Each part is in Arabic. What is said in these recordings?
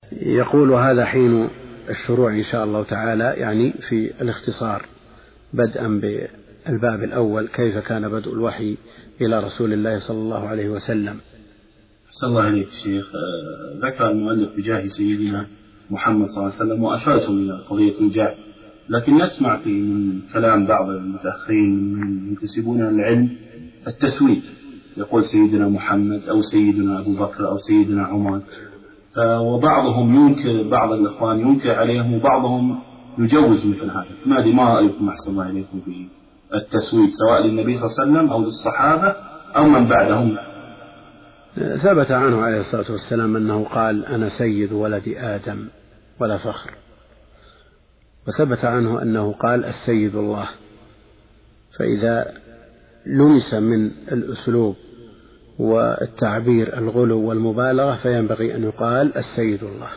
يقول هذا حين الشروع إن شاء الله تعالى، يعني في الاختصار بدءا بالباب الأول: كيف كان بدء الوحي إلى رسول الله صلى الله عليه وسلم. صلى الله عليه الشيخ. ذكر المؤلف بجاه سيدنا محمد صلى الله عليه وسلم وأشرتم إلى قضية الجاه، لكن نسمع في من كلام بعض المتأخرين من ينتسبون العلم التسويد، يقول سيدنا محمد أو سيدنا أبو بكر أو سيدنا عمر، وبعضهم ينكر، بعض الإخوان ينكر عليهم وبعضهم يجوز مثل هذا. ما رأيكم أحسن الله إليكم في التسويد سواء للنبي صلى الله عليه وسلم أو للصحابة أو من بعدهم؟ ثبت عنه عليه الصلاة والسلام أنه قال: أنا سيد ولد آدم ولا فخر. وثبت عنه أنه قال: السيد الله. فإذا لمس من الأسلوب والتعبير الغلو والمبالغة فينبغي أن يقال السيد الله.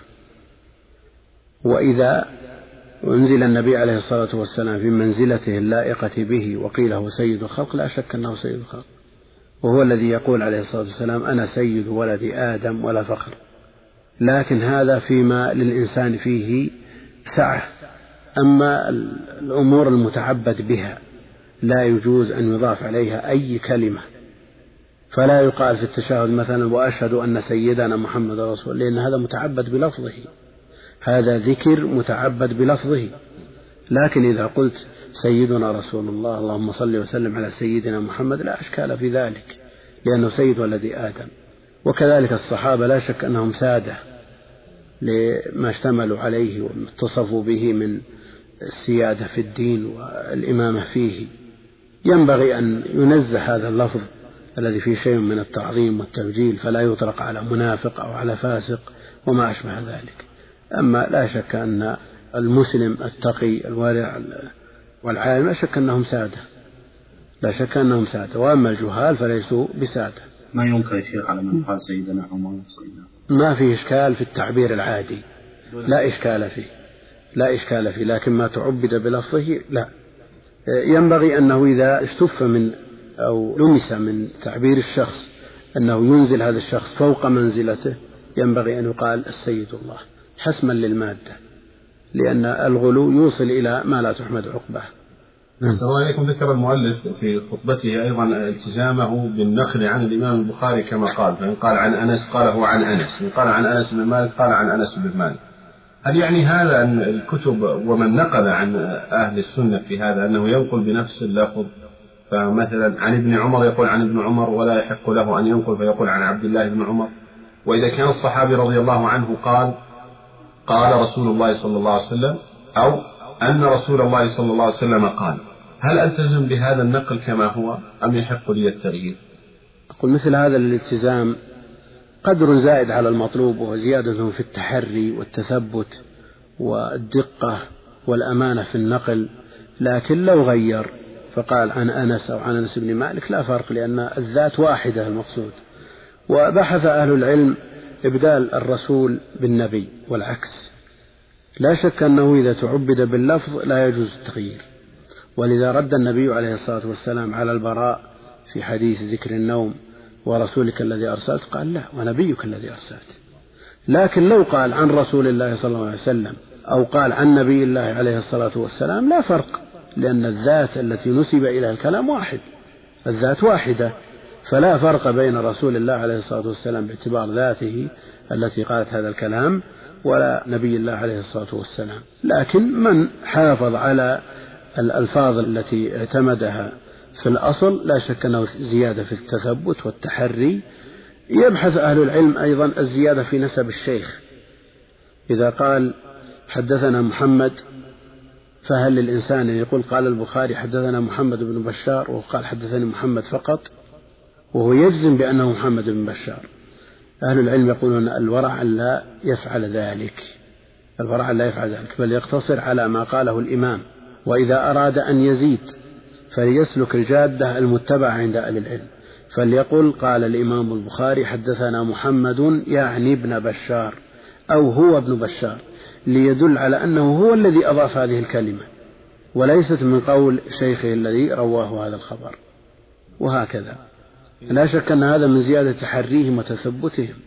وإذا أنزل النبي عليه الصلاة والسلام في منزلته اللائقة به وقيل هو سيد الخلق، لا شك أنه سيد الخلق، وهو الذي يقول عليه الصلاة والسلام: أنا سيد ولد آدم ولا فخر. لكن هذا فيما للإنسان فيه سعة. أما الأمور المتعبد بها لا يجوز أن يضاف عليها أي كلمة، فلا يقال في التشهد مثلا: وأشهد أن سيدنا محمد رسول، لأن هذا متعبد بلفظه، هذا ذكر متعبد بلفظه. لكن إذا قلت سيدنا رسول الله اللهم صل وسلم على سيدنا محمد لا أشكال في ذلك، لأنه سيد ولد آدم. وكذلك الصحابة لا شك أنهم سادة لما اشتملوا عليه واتصفوا به من السيادة في الدين والإمامة فيه. ينبغي أن ينزه هذا اللفظ الذي فيه شيء من التعظيم والتبجيل، فلا يطلق على منافق أو على فاسق وما أشبه ذلك. أما لا شك أن المسلم التقي الورع والعالم لا شك أنهم سادة، لا شك أنهم سادة. وأما الجهال فليسوا بسادة. ما ينكر يا شيخ على من قال سيدنا عمر سيدنا، ما فيه إشكال في التعبير العادي، لا إشكال فيه، لا إشكال فيه، لكن ما تعبد بلفظه لا. ينبغي أنه إذا استف من أو لمس من تعبير الشخص أنه ينزل هذا الشخص فوق منزلته، ينبغي أن يقال السيد الله حسما للمادة، لأن الغلو يوصل إلى ما لا تحمد عقباه. صلى الله عليكم. ذكر المؤلف في خطبته أيضا التزامه بالنقل عن الإمام البخاري كما قال، فإن قال عن أنس قاله عن أنس، إن قال عن أنس بن مالك قال عن أنس بن مالك. هل يعني هذا أن الكتب ومن نقل عن أهل السنة في هذا أنه ينقل بنفس اللفظ؟ فمثلا عن ابن عمر يقول عن ابن عمر ولا يحق له أن ينقل فيقول عن عبد الله بن عمر. وإذا كان الصحابي رضي الله عنه قال رسول الله صلى الله عليه وسلم أو أن رسول الله صلى الله عليه وسلم قال، هل ألتزم بهذا النقل كما هو أم يحق لي التغيير؟ أقول مثل هذا الالتزام قدر زائد على المطلوب، وهو زيادة في التحري والتثبت والدقة والأمانة في النقل. لكن لو غير فقال عن أنس أو عن أنس بن مالك لا فرق، لأن الذات واحدة المقصود. وبحث أهل العلم إبدال الرسول بالنبي والعكس. لا شك أنه إذا تعبد باللفظ لا يجوز التغيير، ولذا رد النبي عليه الصلاة والسلام على البراء في حديث ذكر النوم: ورسولك الذي أرسلت، قال: لا، ونبيك الذي أرسلت. لكن لو قال عن رسول الله صلى الله عليه وسلم أو قال عن نبي الله عليه الصلاة والسلام لا فرق، لأن الذات التي نسب إلى الكلام واحد، الذات واحدة، فلا فرق بين رسول الله عليه الصلاة والسلام باعتبار ذاته التي قالت هذا الكلام ولا نبي الله عليه الصلاة والسلام. لكن من حافظ على الألفاظ التي اعتمدها في الأصل لا شك أنه زيادة في التثبت والتحري. يبحث أهل العلم أيضا الزيادة في نسب الشيخ. إذا قال حدثنا محمد، فهل للإنسان أن يقول قال البخاري حدثنا محمد بن بشار وقال حدثني محمد فقط وهو يجزم بأنه محمد بن بشار؟ أهل العلم يقولون الورع لا يفعل ذلك، الورع لا يفعل ذلك، بل يقتصر على ما قاله الإمام. وإذا أراد أن يزيد فليسلك الجادة المتبعة عند أهل العلم، فليقل قال الإمام البخاري حدثنا محمد يعني ابن بشار أو هو ابن بشار، ليدل على أنه هو الذي أضاف هذه الكلمة وليست من قول شيخه الذي رواه هذا الخبر. وهكذا لا شك أن هذا من زيادة تحريهم وتثبتهم.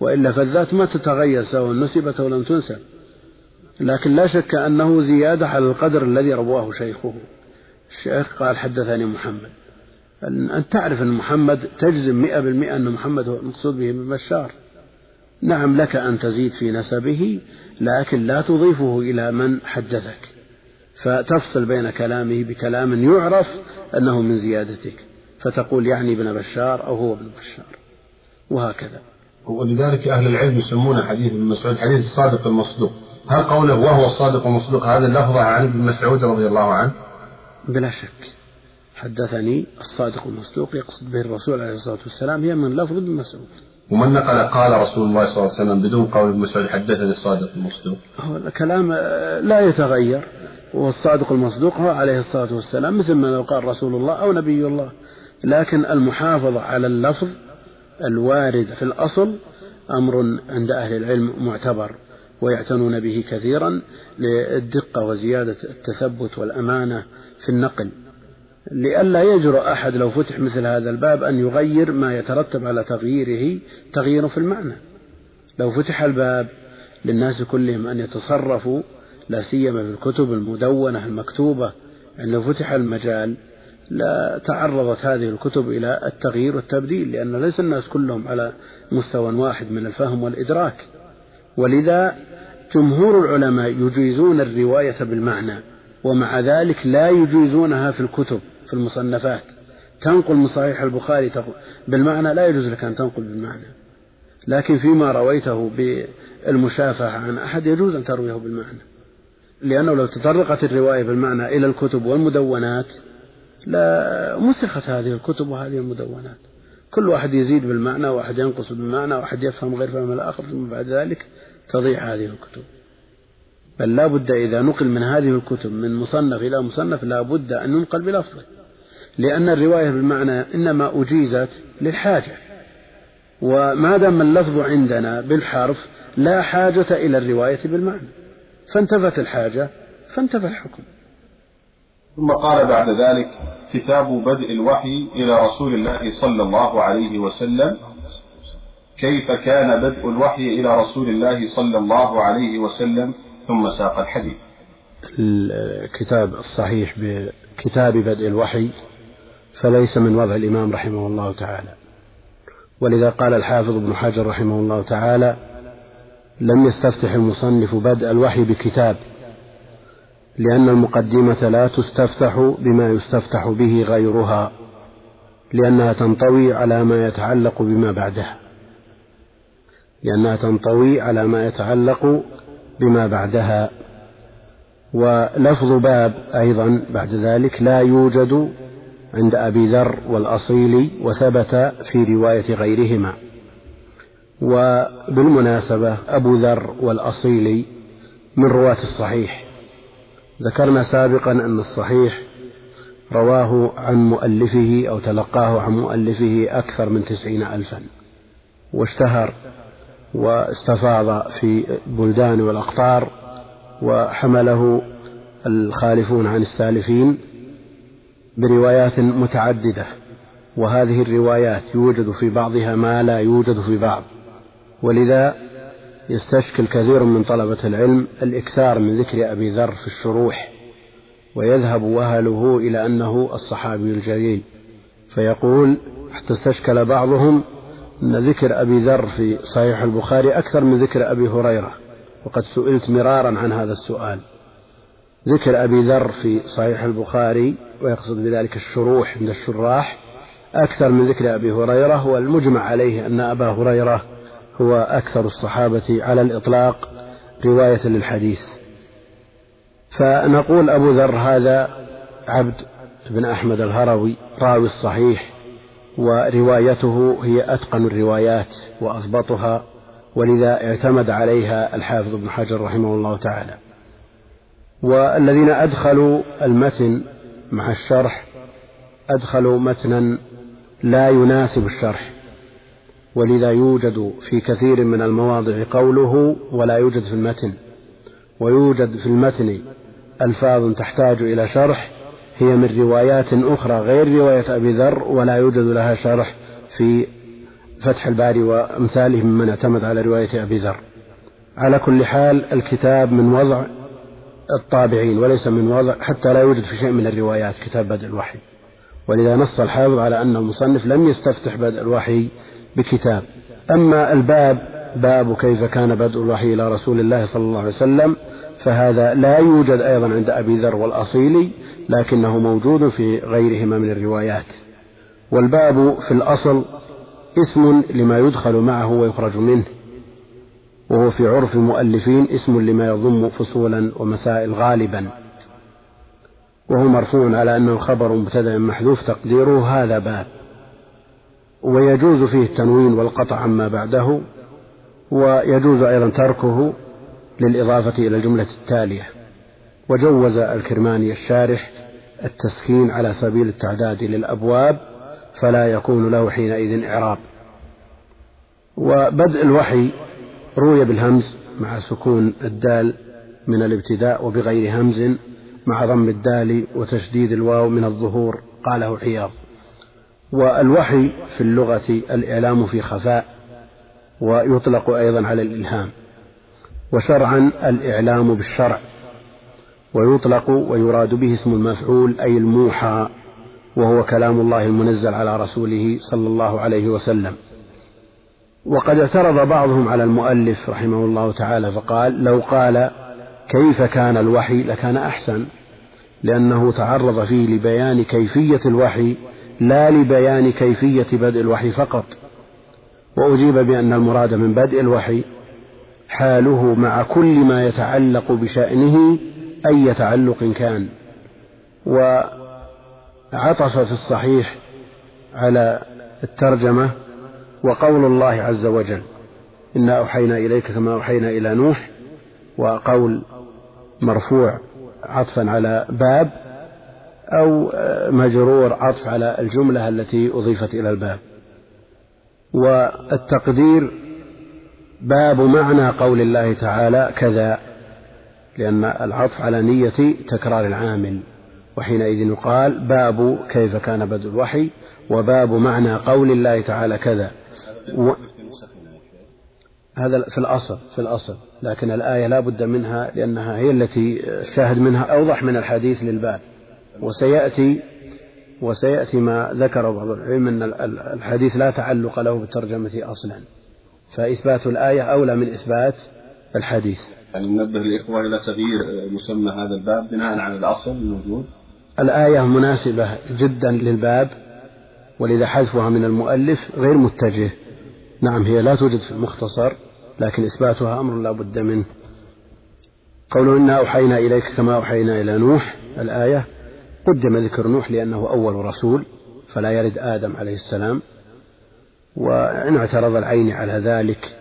وإلا فالذات ما تتغير سواء نسبت أو لم تنسب، لكن لا شك أنه زيادة على القدر الذي رواه شيخه. الشيخ قال حدثني محمد، أن تعرف أن محمد تجزم 100% أن محمد هو المقصود به ابن بشار. نعم لك أن تزيد في نسبه لكن لا تضيفه إلى من حدثك، فتفصل بين كلامه بكلام يعرف أنه من زيادتك، فتقول يعني ابن بشار أو هو ابن بشار، وهكذا. ولذلك أهل العلم يسمون حديث ابن مسعود حديث الصادق المصدوق. هل قوله وهو الصادق المصدوق هذا اللفظ عن ابن مسعود رضي الله عنه؟ بلا شك. حدثني الصادق المصدوق يقصد به الرسول عليه الصلاة والسلام هي من لفظ ابن مسعود. ومن نقل قال رسول الله صلى الله عليه وسلم بدون قول ابن مسعود حدثني الصادق المصدوق؟ هو الكلام لا يتغير، والصادق المصدوق هو عليه الصلاة والسلام مثل ما لو قال رسول الله أو نبي الله، لكن المحافظة على اللفظ الوارد في الأصل أمر عند أهل العلم معتبر، ويعتنون به كثيرا للدقة وزيادة التثبت والأمانة في النقل، لئلا يجرؤ أحد لو فتح مثل هذا الباب أن يغير ما يترتب على تغييره تغيير في المعنى. لو فتح الباب للناس كلهم أن يتصرفوا، لا سيما في الكتب المدونة المكتوبة، يعني لو فتح المجال لا تعرضت هذه الكتب إلى التغيير والتبديل، لأن ليس الناس كلهم على مستوى واحد من الفهم والإدراك. ولذا جمهور العلماء يجيزون الرواية بالمعنى، ومع ذلك لا يجيزونها في الكتب في المصنفات. تنقل من صحيح البخاري بالمعنى لا يجوز لك أن تنقل بالمعنى، لكن فيما رويته بالمشافهة عن أحد يجوز أن ترويه بالمعنى، لأنه لو تطرقت الرواية بالمعنى إلى الكتب والمدونات لا مسخت هذه الكتب وهذه المدونات، كل واحد يزيد بالمعنى وواحد ينقص بالمعنى وواحد يفهم غير فهم الآخر، ثم بعد ذلك تضيع هذه الكتب. بل لا بد إذا نقل من هذه الكتب من مصنف إلى مصنف لا بد أن ينقل بلفظه، لأن الرواية بالمعنى إنما أجيزت للحاجة، وما دام اللفظ عندنا بالحرف لا حاجة إلى الرواية بالمعنى، فانتفت الحاجة فانتفى الحكم. ثم قال بعد ذلك: كتاب بدء الوحي إلى رسول الله صلى الله عليه وسلم. كيف كان بدء الوحي إلى رسول الله صلى الله عليه وسلم؟ ثم ساق الحديث. الكتاب الصحيح بكتاب بدء الوحي فليس من وضع الإمام رحمه الله تعالى، ولذا قال الحافظ ابن حجر رحمه الله تعالى: لم يستفتح المصنف بدء الوحي بكتاب، لأن المقدمة لا تستفتح بما يستفتح به غيرها، لأنها تنطوي على ما يتعلق بما بعدها، بما بعدها. ولفظ باب أيضا بعد ذلك لا يوجد عند أبي ذر والأصيلي، وثبت في رواية غيرهما. وبالمناسبة أبو ذر والأصيلي من رواة الصحيح، ذكرنا سابقا أن الصحيح رواه عن مؤلفه أو تلقاه عن مؤلفه أكثر من 90,000، واشتهر واستفاض في البلدان والأقطار، وحمله الخالفون عن السالفين بروايات متعددة، وهذه الروايات يوجد في بعضها ما لا يوجد في بعض، ولذا يستشكل كثير من طلبة العلم الإكثار من ذكر أبي ذر في الشروح، ويذهب وهله إلى أنه الصحابي الجليل، فيقول حتى استشكل بعضهم أن ذكر أبي ذر في صحيح البخاري أكثر من ذكر أبي هريرة، وقد سئلت مرارا عن هذا السؤال. ذكر أبي ذر في صحيح البخاري ويقصد بذلك الشروح عند الشراح أكثر من ذكر أبي هريرة، والمجمع عليه أن أبا هريرة هو أكثر الصحابة على الإطلاق رواية للحديث. فنقول أبو ذر هذا عبد بن أحمد الهروي راوي الصحيح، وروايته هي أتقن الروايات وأضبطها، ولذا اعتمد عليها الحافظ ابن حجر رحمه الله تعالى. والذين أدخلوا المتن مع الشرح أدخلوا متنا لا يناسب الشرح، ولذا يوجد في كثير من المواضع قوله ولا يوجد في المتن، ويوجد في المتن ألفاظ تحتاج إلى شرح هي من روايات أخرى غير رواية أبي ذر، ولا يوجد لها شرح في فتح الباري وأمثاله ممن اعتمد على رواية أبي ذر. على كل حال الكتاب من وضع الطابعين وليس من وضع، حتى لا يوجد في شيء من الروايات كتاب بدء الوحي، ولذا نص الحافظ على أن المصنف لم يستفتح بدء الوحي بكتاب. أما الباب باب كيف كان بدء الوحي إلى رسول الله صلى الله عليه وسلم فهذا لا يوجد أيضا عند أبي ذر والأصيلي، لكنه موجود في غيرهما من الروايات. والباب في الأصل اسم لما يدخل معه ويخرج منه، وهو في عرف المؤلفين اسم لما يضم فصولا ومسائل غالبا، وهو مرفوع على أنه خبر مبتدأ محذوف تقديره هذا باب، ويجوز فيه التنوين والقطع عما بعده، ويجوز أيضا تركه للإضافة إلى الجملة التالية. وجوز الكرماني الشارح التسكين على سبيل التعداد للأبواب فلا يكون له حينئذ إعراب. وبدء الوحي روي بالهمز مع سكون الدال من الابتداء، وبغير همز مع ضم الدال وتشديد الواو من الظهور، قاله حياض. والوحي في اللغة الإعلام في خفاء، ويطلق أيضا على الإلهام، وشرعا الإعلام بالشرع، ويطلق ويراد به اسم المفعول أي الموحى، وهو كلام الله المنزل على رسوله صلى الله عليه وسلم. وقد اعترض بعضهم على المؤلف رحمه الله تعالى فقال لو قال كيف كان الوحي لكان أحسن، لأنه تعرض فيه لبيان كيفية الوحي لا لبيان كيفية بدء الوحي فقط. وأجيب بأن المراد من بدء الوحي حاله مع كل ما يتعلق بشأنه أي تعلق كان. وعطف في الصحيح على الترجمة وقول الله عز وجل إنا أوحينا إليك كما أوحينا إلى نوح، وقول مرفوع عطفا على باب، أو مجرور عطف على الجملة التي أضيفت إلى الباب. والتقدير باب معنى قول الله تعالى كذا، لأن العطف على نية تكرار العامل، وحينئذ يقال باب كيف كان بدء الوحي وباب معنى قول الله تعالى كذا. هذا في الأصل، لكن الآية لا بد منها لأنها هي التي شاهد منها أوضح من الحديث للباب. وسيأتي ما ذكر بعض العلم أن الحديث لا تعلق له بالترجمة أصلا، فإثبات الآية أولى من إثبات الحديث. يعني ننبه الإخوة إلى تغيير مسمى هذا الباب بناء على الأصل الموجود. الآية مناسبة جدا للباب، ولذا حذفها من المؤلف غير متجه. نعم هي لا توجد في المختصر، لكن إثباتها أمر لا بد منه. قولوا إنا أوحينا إليك كما أوحينا إلى نوح، الآية قدم ذكر نوح لأنه أول رسول فلا يرد آدم عليه السلام، وإن اعترض العين على ذلك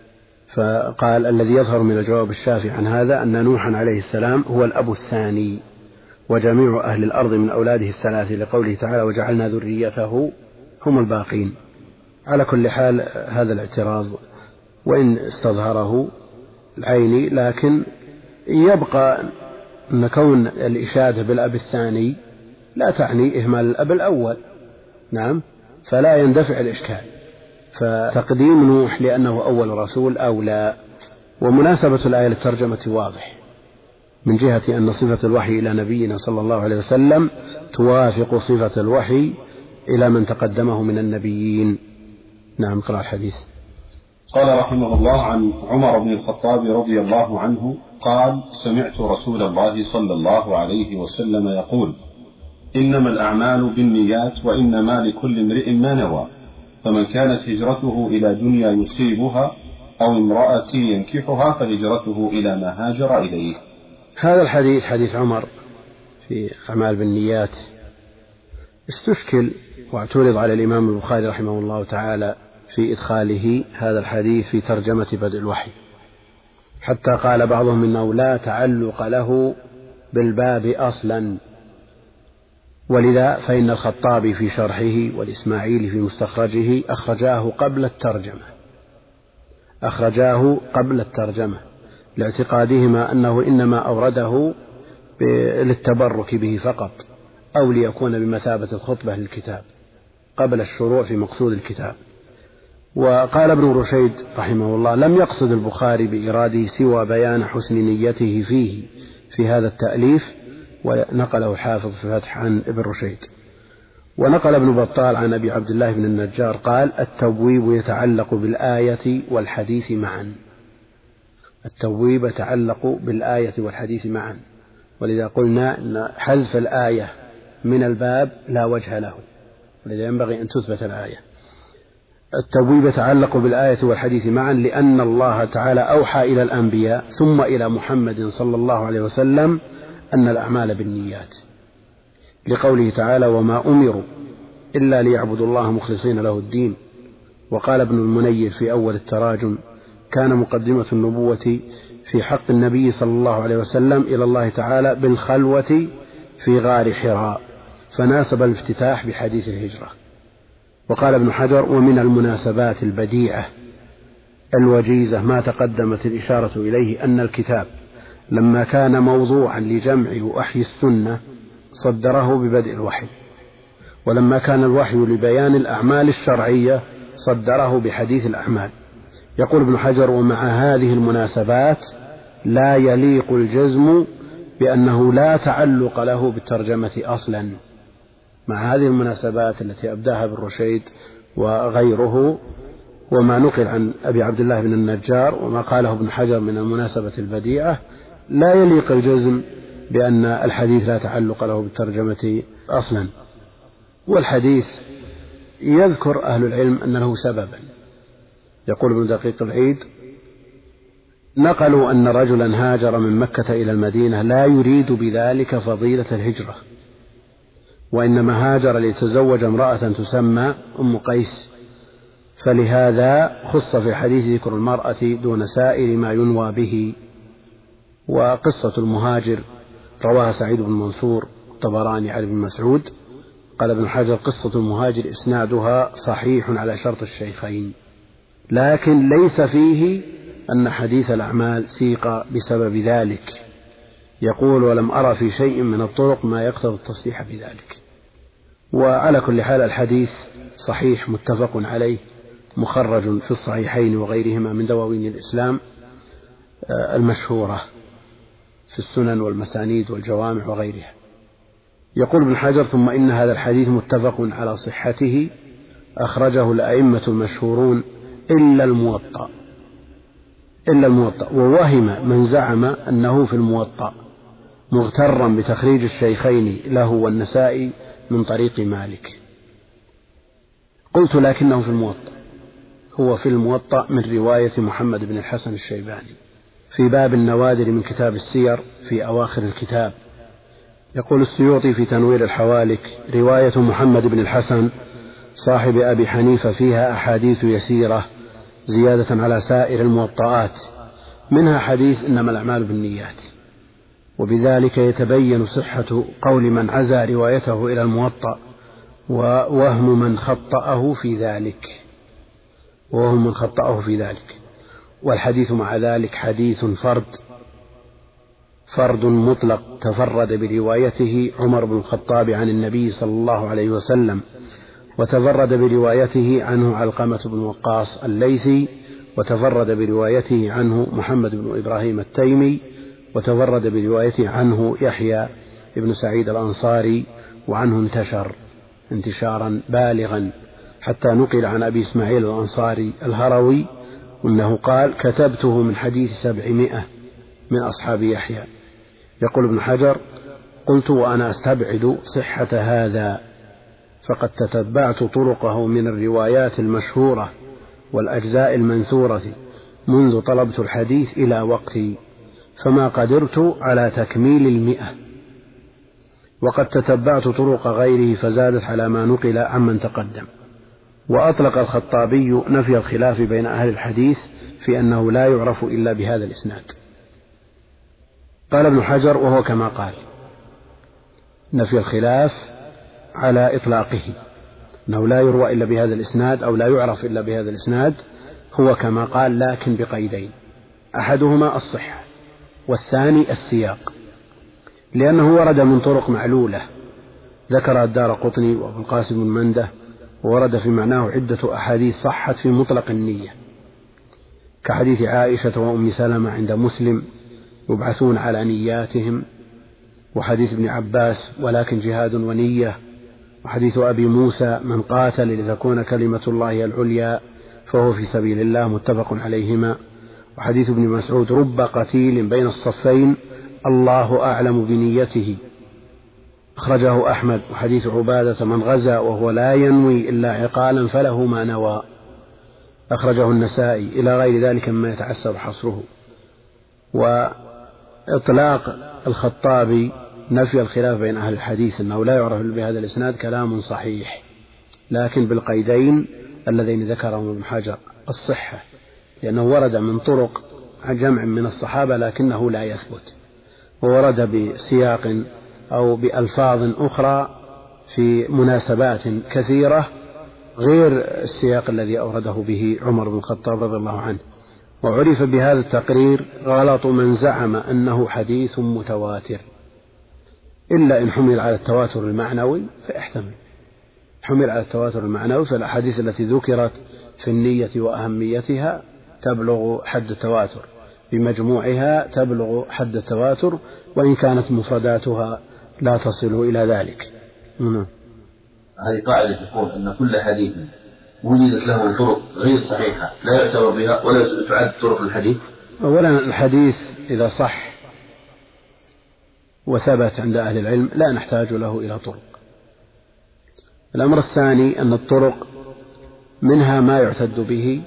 فقال الذي يظهر من الجواب الشافي عن هذا أن نوحا عليه السلام هو الأب الثاني، وجميع أهل الأرض من أولاده الثلاث، لقوله تعالى وجعلنا ذريته هم الباقين. على كل حال هذا الاعتراض وإن استظهره العيني، لكن يبقى أن كون الإشادة بالأب الثاني لا تعني إهمال الأب الأول. نعم، فلا يندفع الإشكال، فتقديم نوح لأنه أول رسول أولى. ومناسبة الآية للترجمة واضح من جهة أن صفة الوحي إلى نبينا صلى الله عليه وسلم توافق صفة الوحي إلى من تقدمه من النبيين. نعم، اقرأ الحديث. قال رحمه الله عن عمر بن الخطاب رضي الله عنه قال سمعت رسول الله صلى الله عليه وسلم يقول إنما الأعمال بالنيات وإنما لكل امرئ ما نوى، فمن كانت هجرته إلى دنيا يصيبها أو امرأة ينكحها فهجرته إلى ما هاجر إليه. هذا الحديث حديث عمر في أعمال بالنيات استشكل واعترض على الإمام البخاري رحمه الله تعالى في إدخاله هذا الحديث في ترجمة بدء الوحي، حتى قال بعضهم إنه لا تعلق له بالباب أصلا. ولذا فإن الخطابي في شرحه والإسماعيلي في مستخرجه أخرجاه قبل الترجمة لاعتقادهما أنه إنما أورده للتبرك به فقط، أو ليكون بمثابة الخطبة للكتاب قبل الشروع في مقصود الكتاب. وقال ابن رشيد رحمه الله: لم يقصد البخاري بإراده سوى بيان حسن نيته فيه في هذا التأليف. ونقله الحافظ في الفتح عن ابن رشيد. ونقل ابن بطال عن أبي عبد الله بن النجار قال: التبويب يتعلق بالآية والحديث معا. التبويب يتعلق بالآية والحديث معا، ولذا قلنا أن حذف الآية من الباب لا وجه له، ولذا ينبغي أن تثبت الآية. التبويب يتعلق بالآية والحديث معا لأن الله تعالى أوحى إلى الأنبياء ثم إلى محمد صلى الله عليه وسلم أن الأعمال بالنيات، لقوله تعالى: وما أمروا إلا ليعبدوا الله مخلصين له الدين. وقال ابن المنير في أول التراجم: كان مقدمة النبوة في حق النبي صلى الله عليه وسلم إلى الله تعالى بالخلوة في غار حراء، فناسب الافتتاح بحديث الهجرة. وقال ابن حجر: ومن المناسبات البديعة الوجيزة ما تقدمت الإشارة إليه أن الكتاب لما كان موضوعا لجمع وأحيي السنة صدره ببدء الوحي، ولما كان الوحي لبيان الأعمال الشرعية صدره بحديث الأعمال. يقول ابن حجر: ومع هذه المناسبات لا يليق الجزم بأنه لا تعلق له بالترجمة أصلا. مع هذه المناسبات التي أبداها ابن رشيد وغيره، وما نقل عن أبي عبد الله بن النجار، وما قاله ابن حجر من المناسبة البديعة، لا يليق الجزم بأن الحديث لا تعلق له بالترجمة أصلا. والحديث يذكر أهل العلم أن له سببا. يقول ابن دقيق العيد: نقلوا أن رجلا هاجر من مكة إلى المدينة لا يريد بذلك فضيلة الهجرة، وإنما هاجر ليتزوج امرأة تسمى أم قيس، فلهذا خص في الحديث ذكر المرأة دون سائر ما ينوى به. وقصة المهاجر رواها سعيد بن منصور الطبراني عن ابن مسعود. قال ابن حجر: قصة المهاجر إسنادها صحيح على شرط الشيخين، لكن ليس فيه أن حديث الأعمال سيق بسبب ذلك. يقول: ولم أرى في شيء من الطرق ما يقتضي التصريح بذلك. وعلى كل حال الحديث صحيح متفق عليه، مخرج في الصحيحين وغيرهما من دواوين الإسلام المشهورة في السنن والمسانيد والجوامع وغيرها. يقول ابن حجر: ثم إن هذا الحديث متفق على صحته، أخرجه الأئمة المشهورون إلا الموطأ. ووهم من زعم أنه في الموطأ، مغترا بتخريج الشيخين له والنسائي من طريق مالك. قلت: لكنه في الموطأ، هو في الموطأ من رواية محمد بن الحسن الشيباني في باب النوادر من كتاب السير في أواخر الكتاب. يقول السيوطي في تنوير الحوالك: رواية محمد بن الحسن صاحب أبي حنيفة فيها أحاديث يسيرة زيادة على سائر الموطئات، منها حديث إنما الأعمال بالنيات، وبذلك يتبين صحة قول من عزى روايته إلى الموطأ ووهم من خطأه في ذلك. والحديث مع ذلك حديث فرد مطلق تفرد بروايته عمر بن الخطاب عن النبي صلى الله عليه وسلم، وتفرد بروايته عنه علقمة بن وقاص الليثي، وتفرد بروايته عنه محمد بن إبراهيم التيمي، وتفرد بروايته عنه يحيى بن سعيد الأنصاري، وعنه انتشر انتشارا بالغا حتى نقل عن أبي إسماعيل الأنصاري الهروي أنه قال: كتبته من حديث 700 من أصحاب يحيى. يقول ابن حجر: قلت وأنا أستبعد صحة هذا، فقد تتبعت طرقه من الروايات المشهورة والأجزاء المنثورة منذ طلبت الحديث إلى وقتي، فما قدرت على تكميل 100. وقد تتبعت طرق غيره فزادت على ما نقل عمن تقدم. وأطلق الخطابي نفي الخلاف بين أهل الحديث في أنه لا يعرف إلا بهذا الإسناد. قال ابن حجر: وهو كما قال، نفي الخلاف على إطلاقه، أنه لا يروى إلا بهذا الإسناد أو لا يعرف إلا بهذا الإسناد، هو كما قال، لكن بقيدين: أحدهما الصحة، والثاني السياق، لأنه ورد من طرق معلولة ذكر الدارقطني وأبو القاسم بن منده ورد في معناه عدة أحاديث صحت في مطلق النية، كحديث عائشة وأم سلمة عند مسلم يبعثون على نياتهم، وحديث ابن عباس ولكن جهاد ونية، وحديث أبي موسى من قاتل لتكون كلمة الله العليا فهو في سبيل الله، متفق عليهما، وحديث ابن مسعود رب قتيل بين الصفين الله أعلم بنيته، أخرجه أحمد، وحديث عبادة من غزا وهو لا ينوي إلا عقالا فله ما نوى، أخرجه النسائي، إلى غير ذلك مما يتعسر حصره. وإطلاق الخطابي نفي الخلاف بين أهل الحديث أنه لا يعرف بهذا الإسناد كلام صحيح، لكن بالقيدين اللذين ذكرهم ابن حجر: الصحة، لأنه ورد من طرق جمع من الصحابة لكنه لا يثبت، وورد بسياق أو بألفاظ أخرى في مناسبات كثيرة غير السياق الذي أورده به عمر بن الخطاب رضي الله عنه. وعرف بهذا التقرير غلط من زعم أنه حديث متواتر، إلا إن حمل على التواتر المعنوي فيحتمل، حمل على التواتر المعنوي فالأحاديث التي ذكرت في النية وأهميتها تبلغ حد التواتر، بمجموعها تبلغ حد التواتر، وإن كانت مفرداتها لا تصل إلى ذلك. هذه قاعدة تقول أن كل حديث وجدت له طرق غير صحيحة لا يعتبر بها ولا تعد طرق الحديث. أولا الحديث إذا صح وثبت عند أهل العلم لا نحتاج له إلى طرق. الأمر الثاني أن الطرق منها ما يعتد به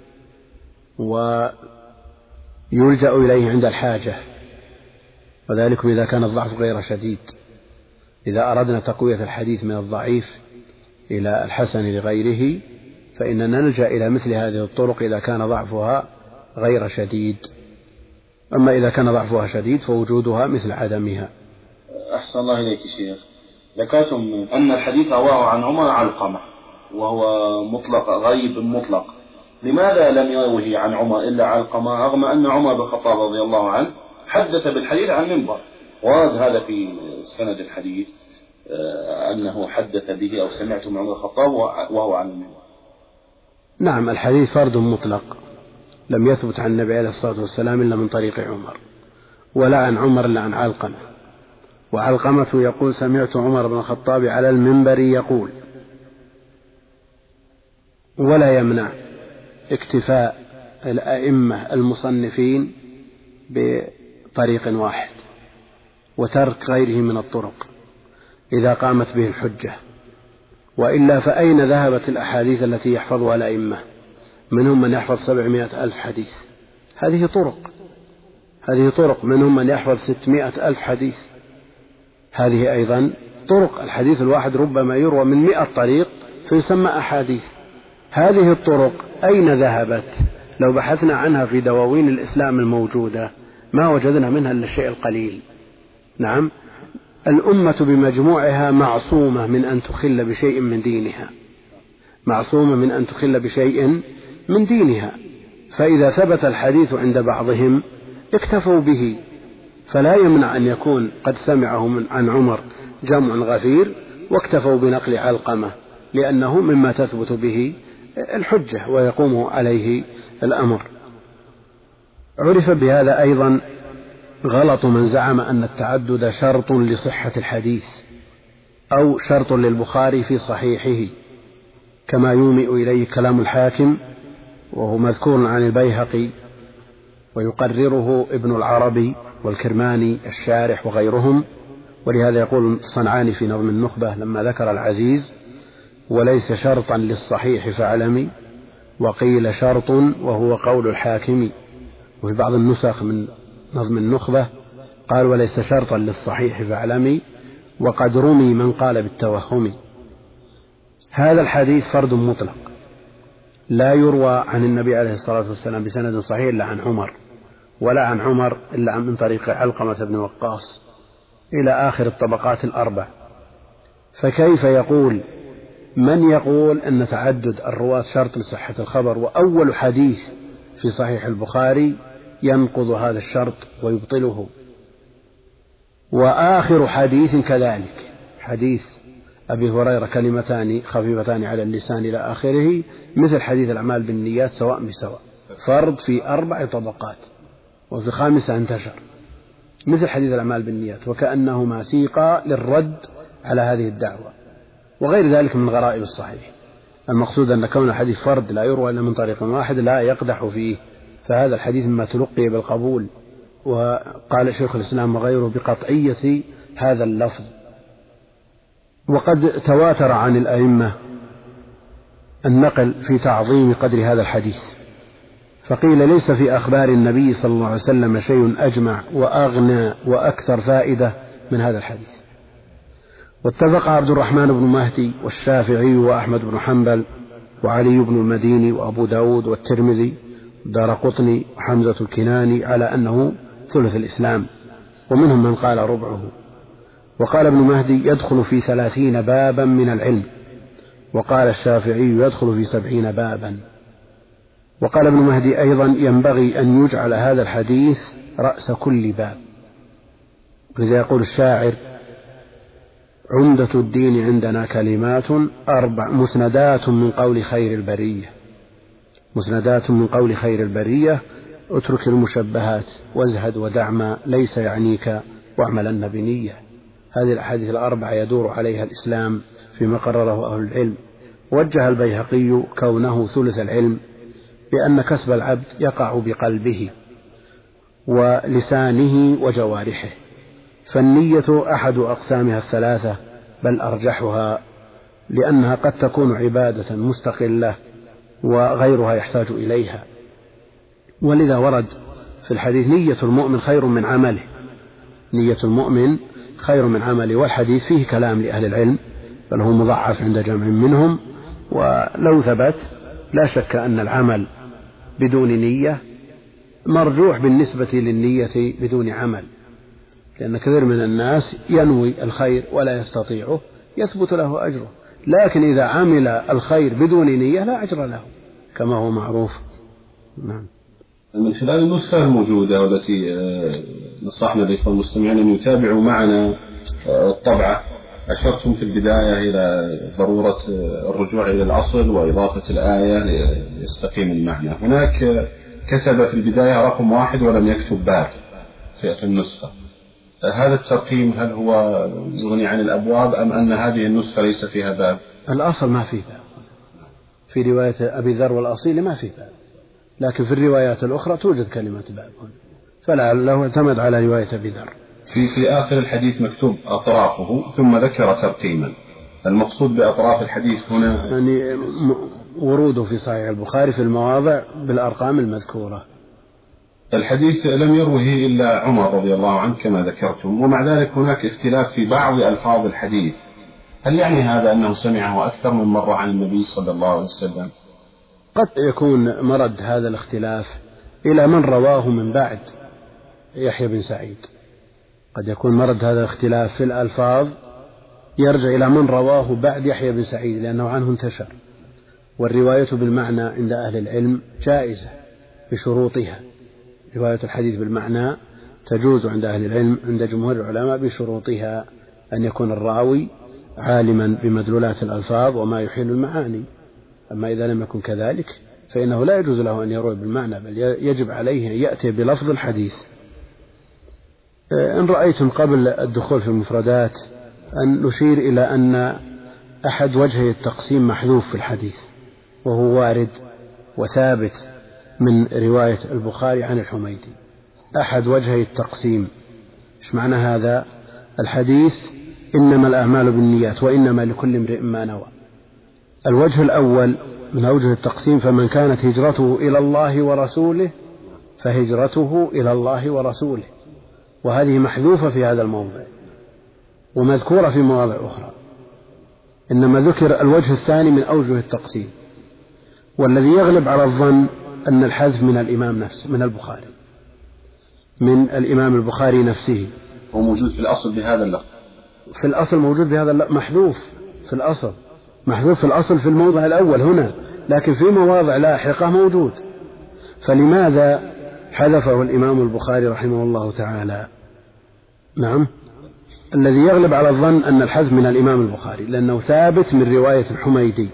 ويلجأ إليه عند الحاجة، وذلك إذا كان الضعف غير شديد. إذا أردنا تقوية الحديث من الضعيف إلى الحسن لغيره فإننا نلجأ إلى مثل هذه الطرق إذا كان ضعفها غير شديد، أما إذا كان ضعفها شديد فوجودها مثل عدمها. أحسن الله إليك شيخ، ذكرتم أن الحديث رواه عن عمر علقمة وهو مطلق غيب مطلق، لماذا لم يروه عن عمر إلا علقمة رغم أن عمر بن الخطاب رضي الله عنه حدث بالحديث عن منبر؟ ورد هذا في سند الحديث أنه حدث به أو سمعته من عمر الخطاب وهو عن المنبر. نعم، الحديث فرد مطلق لم يثبت عن النبي عليه الصلاة والسلام إلا من طريق عمر، ولا عن عمر إلا عن علقمة، وعلقمة يقول سمعت عمر بن الخطاب على المنبر يقول. ولا يمنع اكتفاء الأئمة المصنفين بطريق واحد وترك غيره من الطرق إذا قامت به الحجة، وإلا فأين ذهبت الأحاديث التي يحفظها الأئمة؟ منهم من يحفظ 700,000 حديث، هذه طرق، منهم من يحفظ 600,000 حديث، هذه أيضا طرق. الحديث الواحد ربما يروى من 100 طريق فيسمى أحاديث. هذه الطرق أين ذهبت؟ لو بحثنا عنها في دواوين الإسلام الموجودة ما وجدنا منها إلا الشيء القليل. نعم، الأمة بمجموعها معصومة من أن تخل بشيء من دينها، معصومة من أن تخل بشيء من دينها، فإذا ثبت الحديث عند بعضهم اكتفوا به، فلا يمنع أن يكون قد سمعه عن عمر جمع غفير واكتفوا بنقل علقمة، لأنه مما تثبت به الحجة ويقوم عليه الأمر. عرف بهذا أيضا غلط من زعم أن التعدد شرط لصحة الحديث أو شرط للبخاري في صحيحه، كما يومئ إليه كلام الحاكم، وهو مذكور عن البيهقي ويقرره ابن العربي والكرماني الشارح وغيرهم. ولهذا يقول الصنعاني في نظم النخبة لما ذكر العزيز: وليس شرطا للصحيح فاعلمي، وقيل شرط وهو قول الحاكم. وفي بعض النسخ من نظم النخبة قال: وليس شرطا للصحيح فاعلمي، وقد رمي من قال بالتوهم. هذا الحديث فرد مطلق لا يروى عن النبي عليه الصلاة والسلام بسند صحيح إلا عن عمر، ولا عن عمر إلا من طريق علقمة بن وقاص إلى آخر الطبقات الأربع. فكيف يقول من يقول أن تعدد الرواة شرط لصحة الخبر، وأول حديث في صحيح البخاري ينقض هذا الشرط ويبطله، وآخر حديث كذلك، حديث أبي هريرة كلمتان خفيفتان على اللسان إلى آخره، مثل حديث الأعمال بالنيات سواء بسواء، فرض في 4 طبقات وفي 5 انتشر، مثل حديث الأعمال بالنيات، وكأنهما سيقا للرد على هذه الدعوة، وغير ذلك من غرائب الصحيح. المقصود أن كون الحديث فرد لا يروى إلا من طريق واحد لا يقدح فيه، فهذا الحديث مما تلقي بالقبول. وقال شيخ الإسلام وغيره بقطعية هذا اللفظ. وقد تواتر عن الأئمة النقل في تعظيم قدر هذا الحديث، فقيل ليس في أخبار النبي صلى الله عليه وسلم شيء أجمع وأغنى وأكثر فائدة من هذا الحديث. واتفق عبد الرحمن بن مهدي والشافعي وأحمد بن حنبل وعلي بن المديني وأبو داود والترمذي والدارقطني وحمزة الكناني على أنه ثلث الإسلام، ومنهم من قال ربعه. وقال ابن مهدي يدخل في 30 بابا من العلم، وقال الشافعي يدخل في 70 بابا. وقال ابن مهدي أيضا ينبغي أن يجعل هذا الحديث رأس كل باب، لذا يقول الشاعر: عمدة الدين عندنا كلمات 4 مسندات من قول خير البرية، مسندات من قول خير البرية، اترك المشبهات وازهد ودع ما ليس يعنيك واعملن بنية. هذه الأحاديث 4 يدور عليها الإسلام فيما قرره أهل العلم. وجه البيهقي كونه ثلث العلم بأن كسب العبد يقع بقلبه ولسانه وجوارحه، فالنية أحد أقسامها 3 بل أرجحها، لأنها قد تكون عبادة مستقلة وغيرها يحتاج إليها. ولذا ورد في الحديث: نية المؤمن خير من عمله، نية المؤمن خير من عمله. والحديث فيه كلام لأهل العلم، بل هو مضعف عند جمع منهم، ولو ثبت لا شك أن العمل بدون نية مرجوح بالنسبة للنية بدون عمل، لأن كثير من الناس ينوي الخير ولا يستطيعه يثبت له أجره، لكن إذا عمل الخير بدون نية لا أجر له كما هو معروف. نعم. من خلال النسخة الموجودة والتي نصحنا الإخوة المستمعين أن يتابعوا معنا الطبعة، أشرتم في البداية إلى ضرورة الرجوع إلى الأصل وإضافة الآية ليستقيم المعنى. هناك كتب في البداية رقم 1 ولم يكتب باب في النسخة. هذا الترقيم هل هو يغني عن الأبواب أم أن هذه النسخة ليس فيها باب؟ الأصل ما فيه باب، في رواية أبي ذر والأصيل ما فيه باب، لكن في الروايات الأخرى توجد كلمة باب، فلعله اعتمد على رواية أبي ذر. في آخر الحديث مكتوب أطرافه ثم ذكر ترقيما، المقصود بأطراف الحديث هنا يعني وروده في صحيح البخاري في المواضع بالأرقام المذكورة. الحديث لم يروه إلا عمر رضي الله عنه كما ذكرتم، ومع ذلك هناك اختلاف في بعض ألفاظ الحديث، هل يعني هذا أنه سمعه أكثر من مرة عن النبي صلى الله عليه وسلم؟ قد يكون مرد هذا الاختلاف إلى من رواه من بعد يحيى بن سعيد، قد يكون مرد هذا الاختلاف في الألفاظ يرجع إلى من رواه بعد يحيى بن سعيد، لأنه عنه انتشر. والرواية بالمعنى عند أهل العلم جائزة بشروطها، رواية الحديث بالمعنى تجوز عند أهل العلم عند جمهور العلماء بشروطها: أن يكون الراوي عالما بمدلولات الألفاظ وما يحيل المعاني. أما إذا لم يكن كذلك فإنه لا يجوز له أن يروي بالمعنى، بل يجب عليه أن يأتي بلفظ الحديث. إن رأيتم قبل الدخول في المفردات أن نشير إلى أن أحد وجهي التقسيم محذوف في الحديث، وهو وارد وثابت من رواية البخاري عن الحميدي. أحد وجهي التقسيم إيش معنى هذا؟ الحديث إنما الأعمال بالنيات وإنما لكل امرئ ما نوى. الوجه الأول من أوجه التقسيم: فمن كانت هجرته إلى الله ورسوله فهجرته إلى الله ورسوله، وهذه محذوفة في هذا الموضع ومذكورة في مواضع أخرى، إنما ذكر الوجه الثاني من أوجه التقسيم. والذي يغلب على الظن أن الحذف من الإمام نفسه، من البخاري، من الإمام البخاري نفسه. وموجود في الأصل بهذا اللفظ، في الأصل موجود بهذا اللفظ، محذوف في الأصل، محذوف في الأصل في الموضع الأول هنا، لكن في مواضع لاحقة موجود. فلماذا حذفه الإمام البخاري رحمه الله تعالى؟ نعم، الذي يغلب على الظن أن الحذف من الإمام البخاري، لأنه ثابت من رواية الحميدي.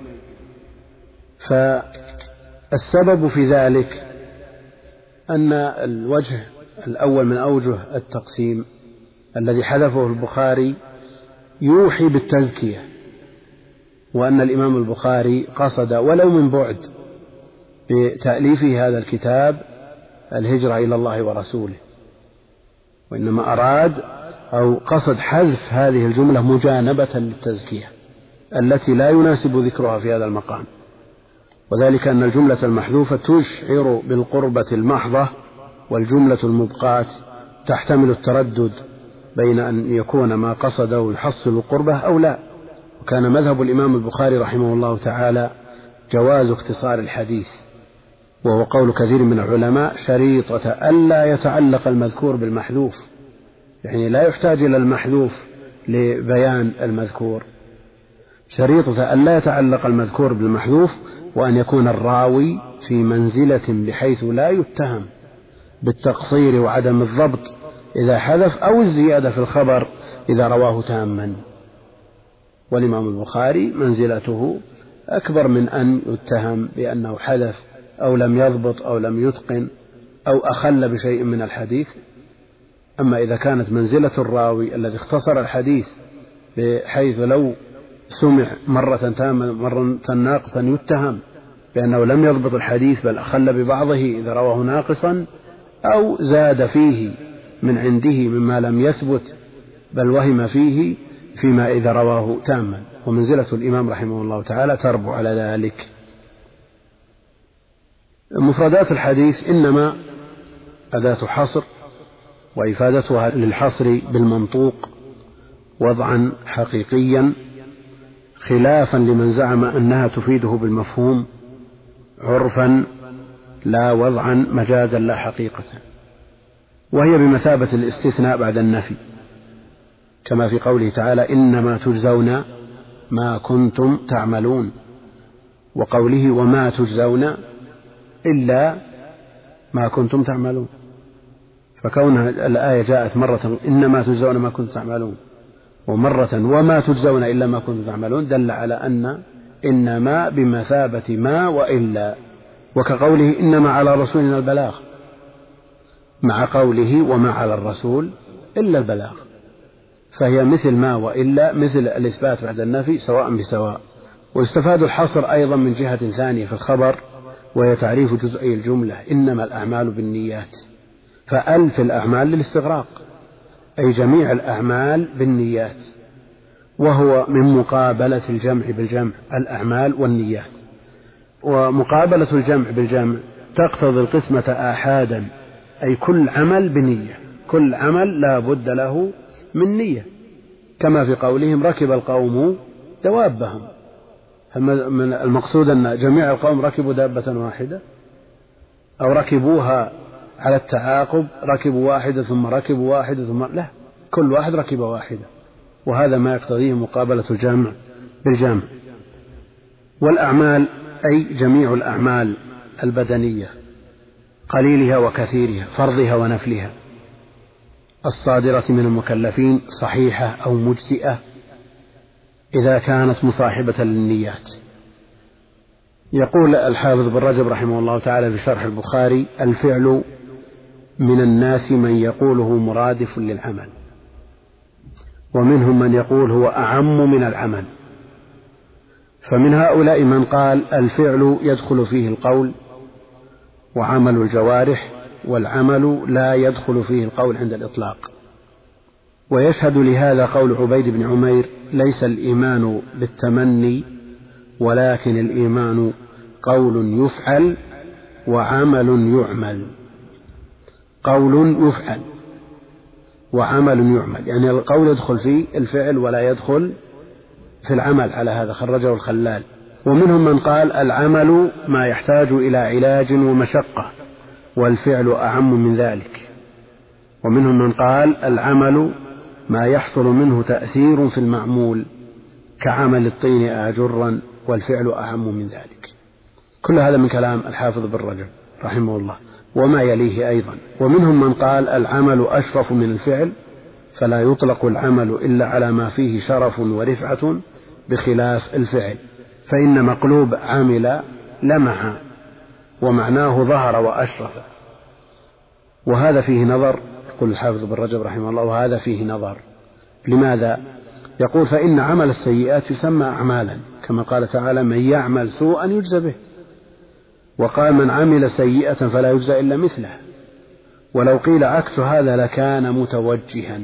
فالسبب في ذلك أن الوجه الأول من أوجه التقسيم الذي حذفه البخاري يوحي بالتزكية، وأن الإمام البخاري قصد ولو من بعد بتأليفه هذا الكتاب الهجرة إلى الله ورسوله، وإنما أراد أو قصد حذف هذه الجملة مجانبة للتزكية التي لا يناسب ذكرها في هذا المقام، وذلك أن الجملة المحذوفة تشعر بالقربة المحضة، والجملة المبقاة تحتمل التردد بين أن يكون ما قصده يحصل القربة أو لا. وكان مذهب الإمام البخاري رحمه الله تعالى جواز اختصار الحديث، وهو قول كثير من العلماء شريطة ألا يتعلق المذكور بالمحذوف، يعني لا يحتاج إلى المحذوف لبيان المذكور، شريطة ألا يتعلق المذكور بالمحذوف، وأن يكون الراوي في منزلة بحيث لا يتهم بالتقصير وعدم الضبط إذا حذف، أو الزيادة في الخبر إذا رواه تاما. والإمام البخاري منزلته أكبر من أن يتهم بأنه حذف أو لم يضبط أو لم يتقن أو أخل بشيء من الحديث. أما إذا كانت منزلة الراوي الذي اختصر الحديث بحيث لو سمع مرة تامة مرة ناقصا يتهم بأنه لم يضبط الحديث بل أخل ببعضه إذا رواه ناقصا، أو زاد فيه من عنده مما لم يثبت بل وهم فيه فيما إذا رواه تاما، ومنزلة الإمام رحمه الله تعالى تربو على ذلك. مفردات الحديث إنما أداة حصر، وإفادتها للحصر بالمنطوق وضعا حقيقيا، خلافا لمن زعم أنها تفيده بالمفهوم عرفا لا وضعا مجازا لا حقيقة، وهي بمثابة الاستثناء بعد النفي، كما في قوله تعالى إنما تجزون ما كنتم تعملون، وقوله وما تجزون إلا ما كنتم تعملون. فكون الآية جاءت مرة إنما تجزون ما كنتم تعملون ومرة وما تجزون إلا ما كنتم تعملون دل على أن إنما بمثابة ما وإلا، وكقوله إنما على رسولنا البلاغ، مع قوله وما على الرسول إلا البلاغ، فهي مثل ما وإلا، مثل الإثبات بعد النفي سواء بسواء. ويستفاد الحصر أيضا من جهة ثانية في الخبر، وهي تعريف جزئي الجملة إنما الأعمال بالنيات، فألف الأعمال للاستغراق أي جميع الأعمال بالنيات، وهو من مقابلة الجمع بالجمع الأعمال والنيات. ومقابلة الجمع بالجمع تقتضي القسمة آحادا، أي كل عمل بنية، كل عمل لا بد له من نية، كما في قولهم ركب القوم دوابهم. من المقصود أن جميع القوم ركبوا دابة واحدة أو ركبوها على التعاقب، ركبوا واحدة ثم ركبوا واحدة ثم لا، كل واحد ركب واحدة، وهذا ما يقتضيه مقابلة الجمع بالجمع. والأعمال أي جميع الأعمال البدنية، قليلها وكثيرها، فرضها ونفلها، الصادرة من المكلفين صحيحة أو مجزئة إذا كانت مصاحبة للنيات. يقول الحافظ بن رجب رحمه الله تعالى في شرح البخاري الفعل من الناس من يقوله مرادف للعمل، ومنهم من يقول هو أعم من العمل. فمن هؤلاء من قال الفعل يدخل فيه القول وعمل الجوارح، والعمل لا يدخل فيه القول عند الإطلاق. ويشهد لهذا قول عبيد بن عمير ليس الإيمان بالتمني ولكن الإيمان قول يفعل وعمل يعمل. قول يفعل وعمل يعمل، يعني القول يدخل فيه الفعل ولا يدخل في العمل، على هذا خرجه الخلال. ومنهم من قال العمل ما يحتاج إلى علاج ومشقة والفعل أعم من ذلك. ومنهم من قال العمل ما يحصل منه تأثير في المعمول كعمل الطين آجرا والفعل أعم من ذلك. كل هذا من كلام الحافظ بن رجب رحمه الله وما يليه أيضا. ومنهم من قال العمل أشرف من الفعل فلا يطلق العمل إلا على ما فيه شرف ورفعة بخلاف الفعل، فإن مقلوب عمل لمح ومعناه ظهر وأشرف، وهذا فيه نظر. يقول الحافظ ابن رجب رحمه الله: وهذا فيه نظر. لماذا؟ يقول: فإن عمل السيئات يسمى أعمالا، كما قال تعالى: من يعمل سوءا يجزى به، وقال: من عمل سيئة فلا يجزى إلا مثلها. ولو قيل عكس هذا لكان متوجها،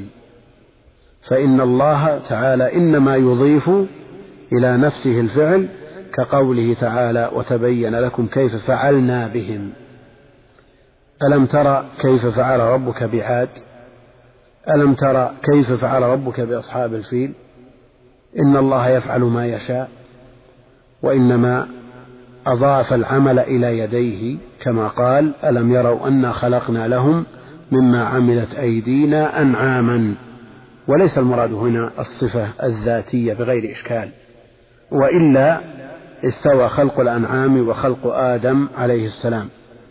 فإن الله تعالى إنما يضيف إلى نفسه الفعل، كقوله تعالى: وتبين لكم كيف فعلنا بهم. ألم ترى كيف فعل ربك بعاد؟ ألم ترى كيف فعل ربك بأصحاب الفيل؟ إن الله يفعل ما يشاء. وإنما أضاف العمل إلى يديه، كما قال: ألم يروا أنا خلقنا لهم مما عملت أيدينا أنعاما. وليس المراد هنا الصفة الذاتية بغير إشكال، وإلا استوى خلق الأنعام وخلق آدم عليه السلام.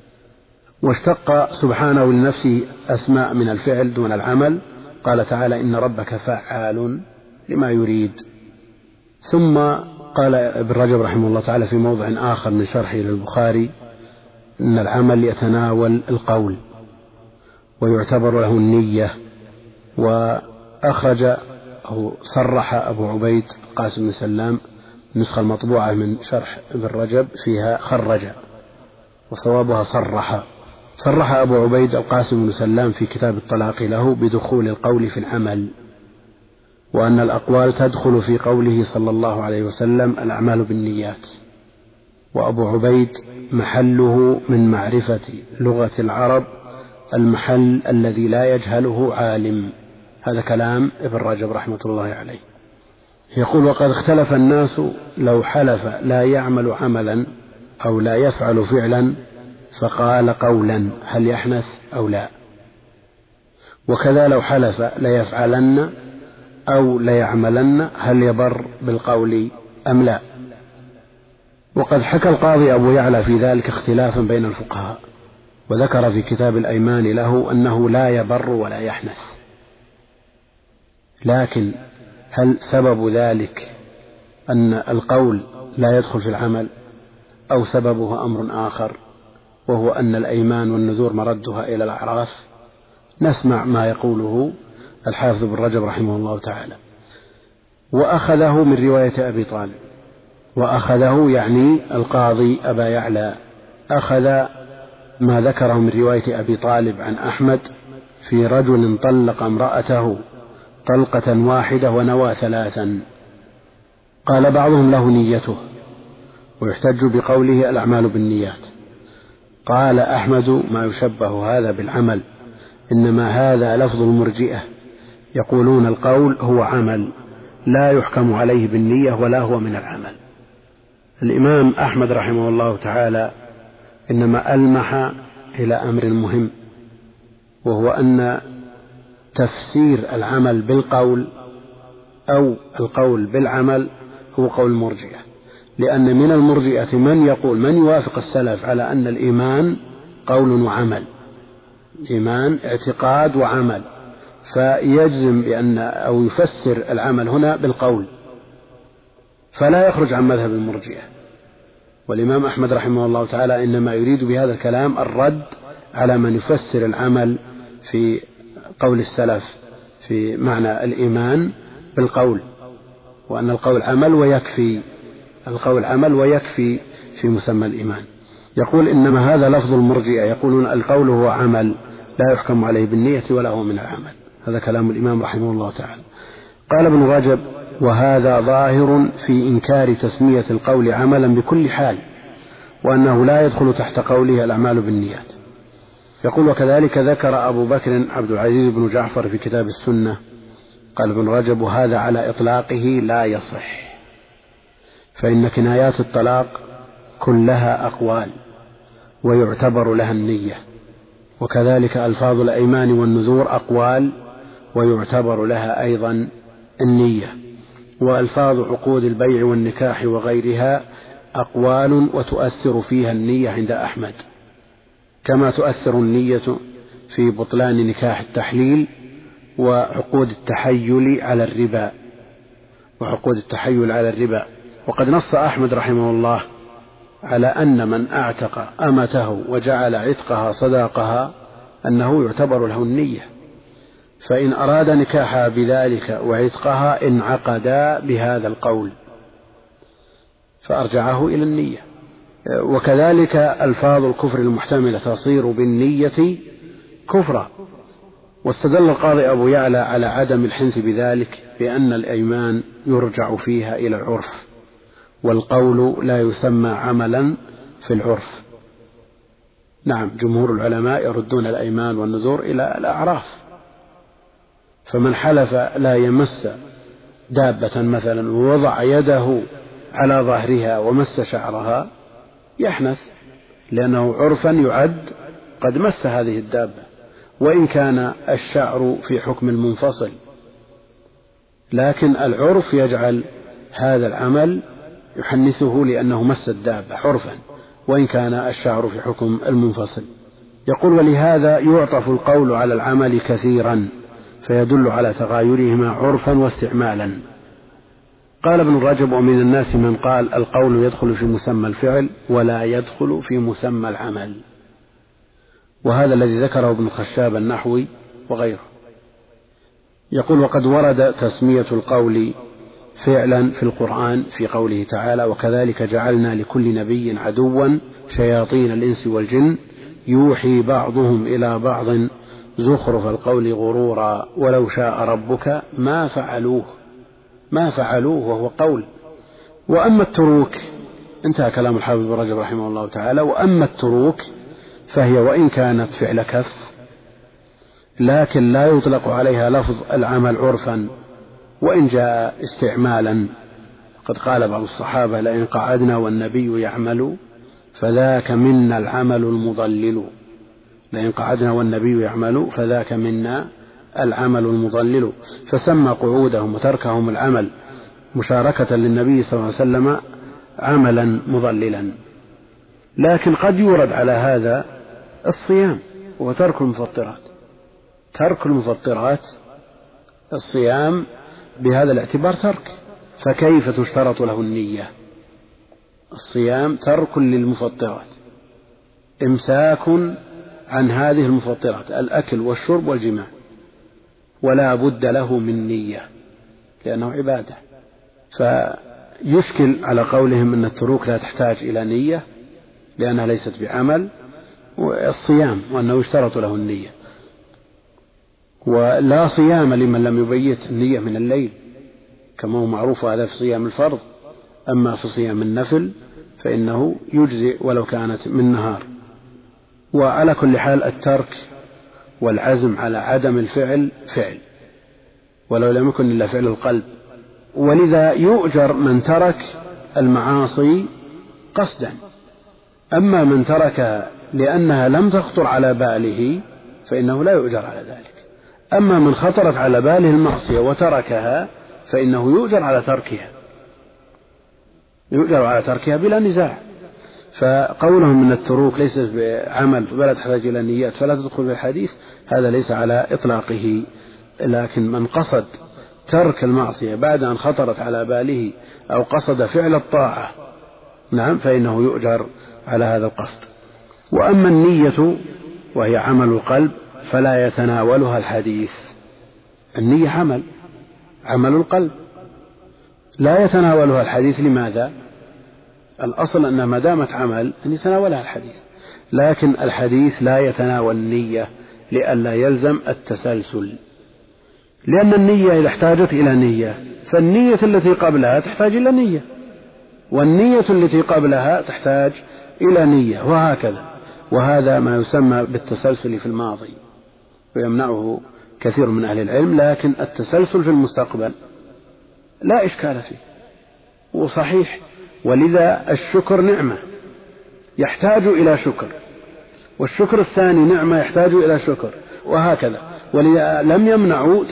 واشتق سبحانه لنفسه أسماء من الفعل دون العمل، قال تعالى: إن ربك فعال لما يريد. ثم قال ابن رجب رحمه الله تعالى في موضع آخر من شرحه للبخاري: إن العمل يتناول القول ويعتبر له النية. وأخرج أو صرح أبو عبيد قاسم بن سلام النسخة المطبوعة من شرح ابن رجب فيها خرج، وصوابها صرح أبو عبيد القاسم بن سلام في كتاب الطلاق له بدخول القول في العمل، وأن الأقوال تدخل في قوله صلى الله عليه وسلم: الأعمال بالنيات. وأبو عبيد محله من معرفة لغة العرب المحل الذي لا يجهله عالم. هذا كلام ابن رجب رحمة الله عليه. يقول: وقد اختلف الناس لو حلف لا يعمل عملا أو لا يفعل فعلا فقال قولا هل يحنث أو لا؟ وكذا لو حلف ليفعلن أو ليعملن هل يبر بالقول أم لا؟ وقد حكى القاضي أبو يعلى في ذلك اختلافا بين الفقهاء، وذكر في كتاب الأيمان له أنه لا يبر ولا يحنث. لكن هل سبب ذلك أن القول لا يدخل في العمل، أو سببه أمر آخر وهو أن الأيمان والنذور مردها إلى الأعراف؟ نسمع ما يقوله الحافظ بن رجب رحمه الله تعالى: وأخذه من رواية أبي طالب. وأخذه يعني القاضي أبا يعلى أخذ ما ذكره من رواية أبي طالب عن أحمد في رجل طلق امرأته طلقة واحدة ونوى ثلاثا. قال بعضهم له نيته، ويحتج بقوله الأعمال بالنيات. قال أحمد: ما يشبه هذا بالعمل، إنما هذا لفظ المرجئة، يقولون القول هو عمل لا يحكم عليه بالنية ولا هو من العمل. الإمام أحمد رحمه الله تعالى إنما ألمح إلى أمر مهم، وهو أن تفسير العمل بالقول أو القول بالعمل هو قول المرجئة، لأن من المرجئة من يقول، من يوافق السلف على أن الإيمان قول وعمل، الإيمان اعتقاد وعمل، فيجزم بأن أو يفسر العمل هنا بالقول، فلا يخرج عن مذهب المرجئة. والإمام أحمد رحمه الله تعالى إنما يريد بهذا الكلام الرد على من يفسر العمل في قول السلف في معنى الإيمان بالقول، وأن القول عمل ويكفي، القول عمل ويكفي في مسمى الإيمان. يقول إنما هذا لفظ المرجئة، يقولون القول هو عمل لا يحكم عليه بالنية ولا هو من العمل. هذا كلام الإمام رحمه الله تعالى. قال ابن رجب: وهذا ظاهر في إنكار تسمية القول عملا بكل حال، وأنه لا يدخل تحت قوله الأعمال بالنيات. يقول: وكذلك ذكر أبو بكر عبد العزيز بن جعفر في كتاب السنة. قال ابن رجب: وهذا على إطلاقه لا يصح، فإن كنايات الطلاق كلها أقوال ويعتبر لها النية، وكذلك ألفاظ الأيمان والنذور أقوال ويعتبر لها أيضا النية، وألفاظ عقود البيع والنكاح وغيرها أقوال وتؤثر فيها النية عند أحمد، كما تؤثر النية في بطلان نكاح التحليل وعقود التحيل على الربا. وقد نص أحمد رحمه الله على أن من أعتق أمته وجعل عتقها صداقها أنه يعتبر له النية، فإن أراد نكاحها بذلك وعتقها انعقدا بهذا القول فأرجعه إلى النية. وكذلك ألفاظ الكفر المحتملة تصير بالنية كفرا. واستدل القاضي أبو يعلى على عدم الحنث بذلك بأن الأيمان يرجع فيها إلى العرف، والقول لا يسمى عملا في العرف. نعم، جمهور العلماء يردون الأيمان والنذور إلى الأعراف. فمن حلف لا يمس دابة مثلا ووضع يده على ظهرها ومس شعرها يحنث، لأنه عرفا يعد قد مس هذه الدابة، وإن كان الشعر في حكم المنفصل، لكن العرف يجعل هذا العمل يحنثه لأنه مس الدابة عرفا، وإن كان الشعر في حكم المنفصل. يقول: ولهذا يعطف القول على العمل كثيرا فيدل على تغايرهما عرفا واستعمالا. قال ابن رجب: ومن الناس من قال القول يدخل في مسمى الفعل ولا يدخل في مسمى العمل، وهذا الذي ذكره ابن خشاب النحوي وغيره. يقول: وقد ورد تسمية القول فعلا في القرآن في قوله تعالى: وكذلك جعلنا لكل نبي عدوا شياطين الإنس والجن يوحي بعضهم إلى بعض زخرف القول غرورا ولو شاء ربك ما فعلوه وهو قول. وأما التروك، انتهى كلام الحافظ ابن رجب رحمه الله تعالى. وأما التروك فهي وإن كانت فعل كف لكن لا يطلق عليها لفظ العمل عرفا وإن جاء استعمالا. قد قال بعض الصحابة: لئن قعدنا والنبي يعمل فذاك منا العمل المضلل. لئن قعدنا والنبي يعمل فذاك منا العمل المضلل. فسمى قعودهم وتركهم العمل مشاركة للنبي صلى الله عليه وسلم عملا مضللا. لكن قد يورد على هذا الصيام وترك المفطرات. ترك المفطرات الصيام بهذا الاعتبار ترك، فكيف تشترط له النية؟ الصيام ترك للمفطرات، إمساك عن هذه المفطرات، الأكل والشرب والجماع، ولا بد له من نية لأنه عبادة. فيشكل على قولهم أن التروك لا تحتاج إلى نية لأنها ليست بعمل، والصيام وأنه يشترط له النية. ولا صيام لمن لم يبيت النية من الليل كما هو معروف، هذا في صيام الفرض. أما في صيام النفل فإنه يجزئ ولو كانت من نهار. وعلى كل حال الترك والعزم على عدم الفعل فعل ولو لم يكن إلا فعل القلب. ولذا يؤجر من ترك المعاصي قصدا. أما من تركها لأنها لم تخطر على باله فإنه لا يؤجر على ذلك. أما من خطرت على باله المعصية وتركها فإنه يؤجر على تركها بلا نزاع. فقولهم من التروك ليس بعمل ولا تحتاج إلى نيات فلا تدخل في الحديث، هذا ليس على إطلاقه. لكن من قصد ترك المعصية بعد أن خطرت على باله أو قصد فعل الطاعة، نعم، فإنه يؤجر على هذا القصد. وأما النية وهي عمل القلب فلا يتناولها الحديث. النية عمل القلب لا يتناولها الحديث. لماذا؟ الأصل أنها ما دامت عمل أن يتناولها الحديث، لكن الحديث لا يتناول النية لئلا يلزم التسلسل. لأن النية إذا احتاجت إلى نية فالنية التي قبلها تحتاج إلى نية، والنية التي قبلها تحتاج إلى نية، وهكذا. وهذا ما يسمى بالتسلسل في الماضي ويمنعه كثير من أهل العلم. لكن التسلسل في المستقبل لا إشكال فيه وصحيح. ولذا الشكر نعمة يحتاج إلى شكر، والشكر الثاني نعمة يحتاج إلى شكر، وهكذا. ولذا لم يمنعوا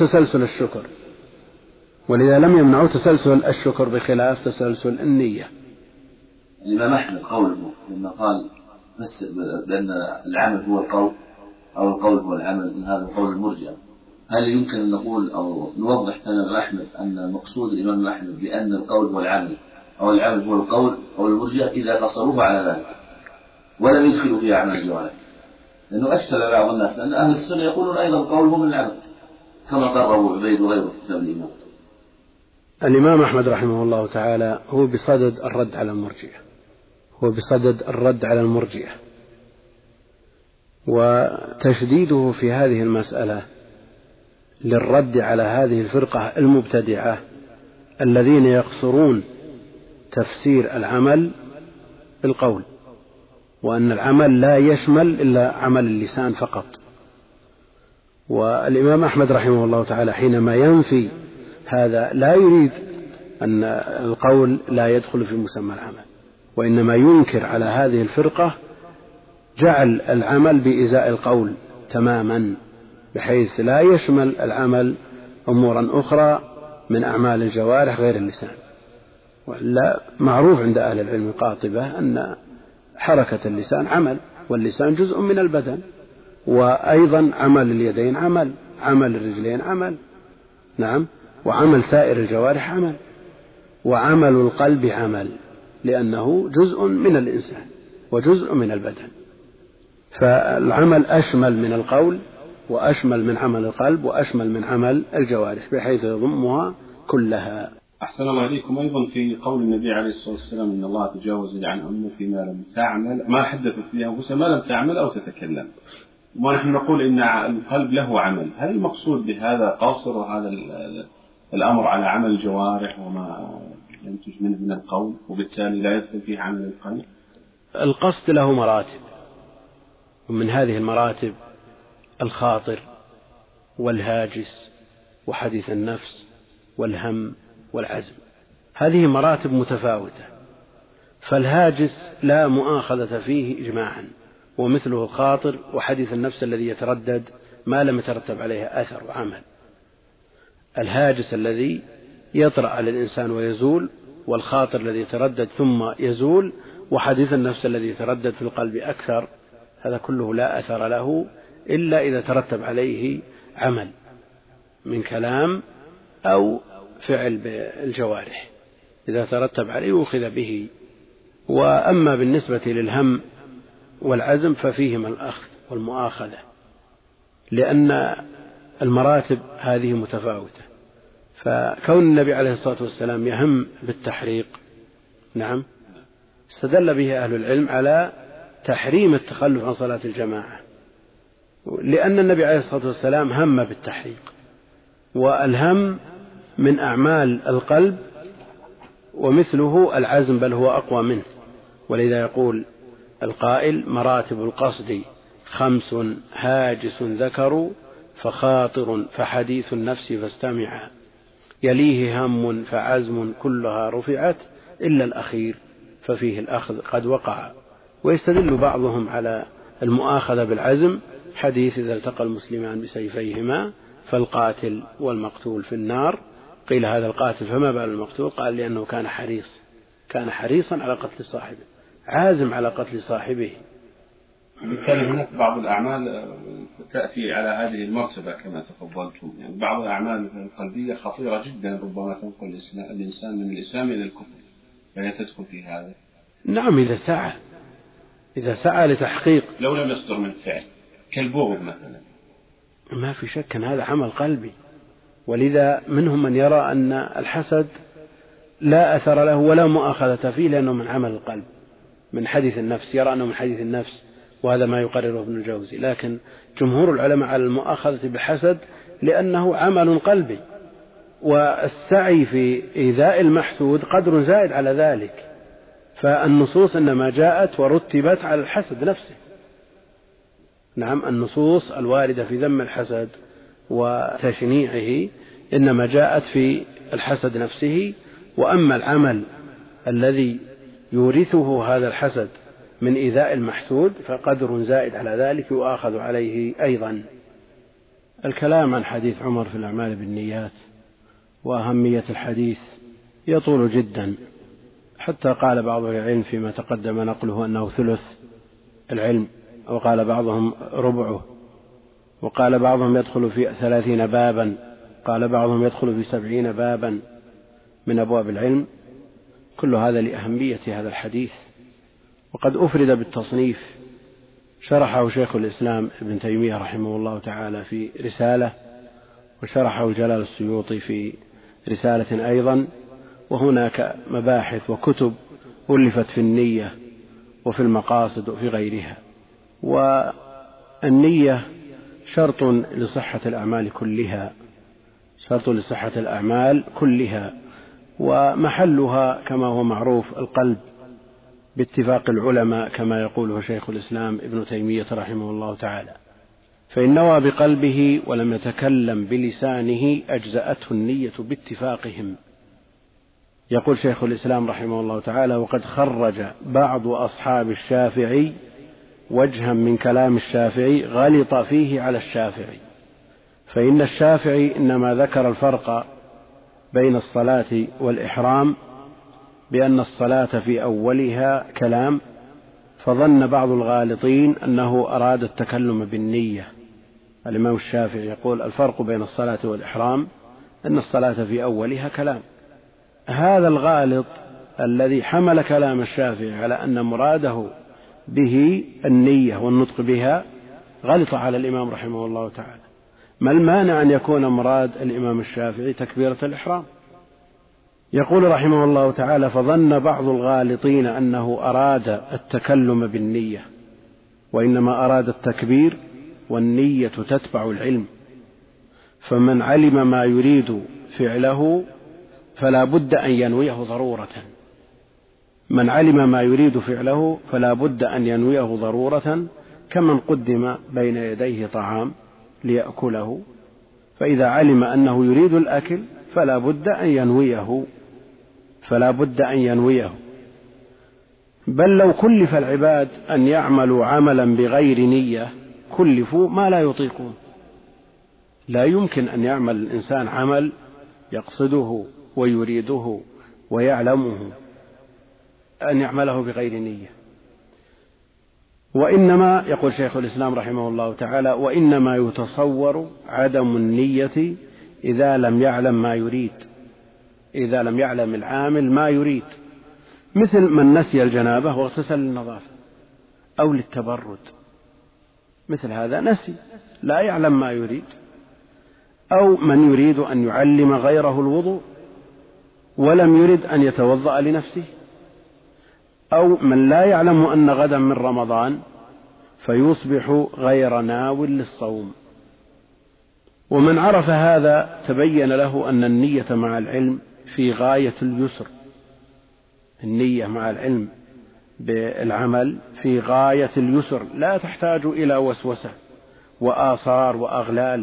تسلسل الشكر بخلاف تسلسل النية. الإمام أحمد قوله لما قال بأن العمل هو القول أو القول هو العمل، إن هذا قول المرجئة، هل يمكن أن نقول أو نوضح للإمام أحمد أن مقصود الإمام أحمد بأن القول هو العمل أو العمل هو القول، أو المرجئة إذا قصروه على ذلك ولم يدخلوا فيها أعمال الجوارح؟ لأنه أشكل بعض الناس لأن أهل السنة يقولون أيضا القول هو من العمل كما قرروا عبيد وغيره في كتاب الإمام. الإمام أحمد رحمه الله تعالى هو بصدد الرد على المرجئة، وتشديده في هذه المسألة للرد على هذه الفرقة المبتدعة الذين يقصرون تفسير العمل بالقول، وأن العمل لا يشمل إلا عمل اللسان فقط. والإمام أحمد رحمه الله تعالى حينما ينفي هذا لا يريد أن القول لا يدخل في مسمى العمل، وإنما ينكر على هذه الفرقة جعل العمل بإزاء القول تماما، بحيث لا يشمل العمل أمورا أخرى من أعمال الجوارح غير اللسان. ولا معروف عند أهل العلم قاطبة أن حركة اللسان عمل، واللسان جزء من البدن، وأيضا عمل اليدين عمل الرجلين عمل، نعم، وعمل سائر الجوارح عمل، وعمل القلب عمل، لأنه جزء من الإنسان وجزء من البدن. فالعمل أشمل من القول، وأشمل من عمل القلب، وأشمل من عمل الجوارح، بحيث يضمها كلها. أحسن الله عليكم. أيضا في قول النبي عليه الصلاة والسلام إن الله تجاوز عن أمتي ما لم تعمل، ما حدثت به أنفسها ما لم تعمل أو تتكلم. ونحن نقول إن القلب له عمل، هل المقصود بهذا قاصر هذا الأمر على عمل الجوارح وما ينتج منه من القول، وبالتالي لا يدخل فيه عمل القلب؟ القصد له مراتب، ومن هذه المراتب الخاطر والهاجس وحديث النفس والهم والعزم، هذه مراتب متفاوتة. فالهاجس لا مؤاخذة فيه إجماعا، ومثله الخاطر وحديث النفس الذي يتردد ما لم يترتب عليه أثر وعمل. الهاجس الذي يطرأ على الإنسان ويزول، والخاطر الذي يتردد ثم يزول، وحديث النفس الذي يتردد في القلب أكثر، هذا كله لا أثر له إلا إذا ترتب عليه عمل من كلام أو فعل بالجوارح، إذا ترتب عليه أخذ به. وأما بالنسبة للهم والعزم ففيهما الأخذ والمؤاخذة، لأن المراتب هذه متفاوتة. فكون النبي عليه الصلاة والسلام يهم بالتحريق، نعم، استدل به أهل العلم على تحريم التخلف عن صلاة الجماعة، لأن النبي عليه الصلاة والسلام هم بالتحريق، والهم من أعمال القلب ومثله العزم، بل هو أقوى منه. ولذا يقول القائل مراتب القصد 5 هاجس ذكر فخاطر فحديث النفس فاستمع، يليه هم فعزم كلها رفعت إلا الأخير ففيه الأخذ قد وقع. ويستدل بعضهم على المؤاخذة بالعزم حديث إذا التقى المسلمان بسيفيهما فالقاتل والمقتول في النار. قيل هذا القاتل فما بال المقتول؟ قال لأنه كان حريصا على قتل صاحبه، عازم على قتل صاحبه. بالتالي هناك بعض الأعمال تأتي على هذه المرتبة كما تفضلتم، يعني بعض الأعمال القلبية خطيرة جدا، ربما تنقل الإنسان من الإسلام إلى الكفر، فهي تدخل في هذا. نعم، إذا سعى لتحقيق، لو لم يصدر من فعل كالبغض مثلا، ما في شك أن هذا عمل قلبي. ولذا منهم من يرى أن الحسد لا أثر له ولا مؤاخذة فيه لأنه من عمل القلب، من حديث النفس، يرى أنه من حديث النفس، وهذا ما يقرره ابن الجوزي. لكن جمهور العلماء على المؤاخذة بالحسد لأنه عمل قلبي، والسعي في إيذاء المحسود قدر زائد على ذلك. فالنصوص إنما جاءت ورتبت على الحسد نفسه. نعم، النصوص الواردة في ذم الحسد وتشنيعه إنما جاءت في الحسد نفسه. وأما العمل الذي يورثه هذا الحسد من إيذاء المحسود فقدر زائد على ذلك يؤاخذ عليه أيضا. الكلام عن حديث عمر في الأعمال بالنيات وأهمية الحديث يطول جدا، حتى قال بعض العلم فيما تقدم نقله أنه ثلث العلم، وقال بعضهم ربعه. وقال بعضهم يدخل في 30 بابا، قال بعضهم يدخل في 70 بابا من أبواب العلم. كل هذا لأهمية هذا الحديث. وقد أفرد بالتصنيف، شرحه شيخ الإسلام ابن تيمية رحمه الله تعالى في رسالة، وشرحه جلال السيوطي في رسالة أيضا، وهناك مباحث وكتب ألفت في النية وفي المقاصد وفي غيرها. والنية شرط لصحة الأعمال كلها، شرط لصحة الأعمال كلها، ومحلها كما هو معروف القلب باتفاق العلماء كما يقوله شيخ الإسلام ابن تيمية رحمه الله تعالى. فإن نوى بقلبه ولم يتكلم بلسانه أجزأته النية باتفاقهم. يقول شيخ الإسلام رحمه الله تعالى: وقد خرج بعض أصحاب الشافعي وجها من كلام الشافعي غلط فيه على الشافعي، فإن الشافعي إنما ذكر الفرق بين الصلاة والإحرام بأن الصلاة في أولها كلام، فظن بعض الغالطين أنه أراد التكلم بالنية. الإمام الشافعي يقول الفرق بين الصلاة والإحرام أن الصلاة في أولها كلام. هذا الغالط الذي حمل كلام الشافعي على أن مراده به النية والنطق بها غلط على الإمام رحمه الله تعالى. ما المانع أن يكون مراد الإمام الشافعي تكبيرة الإحرام؟ يقول رحمه الله تعالى: فظن بعض الغالطين أنه أراد التكلم بالنية، وإنما أراد التكبير، والنية تتبع العلم، فمن علم ما يريد فعله فلا بد أن ينويه ضرورة. من علم ما يريد فعله فلا بد أن ينويه ضرورة، كمن قدم بين يديه طعام ليأكله، فإذا علم أنه يريد الأكل فلا بد أن ينويه. بل لو كلف العباد أن يعملوا عملا بغير نية كلفوا ما لا يطيقون. لا يمكن أن يعمل الإنسان عمل يقصده ويريده ويعلمه أن يعمله بغير نية. وإنما يقول شيخ الإسلام رحمه الله تعالى: وإنما يتصور عدم النية إذا لم يعلم ما يريد، إذا لم يعلم العامل ما يريد، مثل من نسي الجنابة واغتسل للنظافة أو للتبرد، مثل هذا نسي لا يعلم ما يريد. أو من يريد أن يعلم غيره الوضوء ولم يرد أن يتوضأ لنفسه، أو من لا يعلم أن غدا من رمضان فيصبح غير ناو للصوم. ومن عرف هذا تبين له أن النية مع العلم في غاية اليسر، النية مع العلم بالعمل في غاية اليسر، لا تحتاج إلى وسوسة وآثار وأغلال.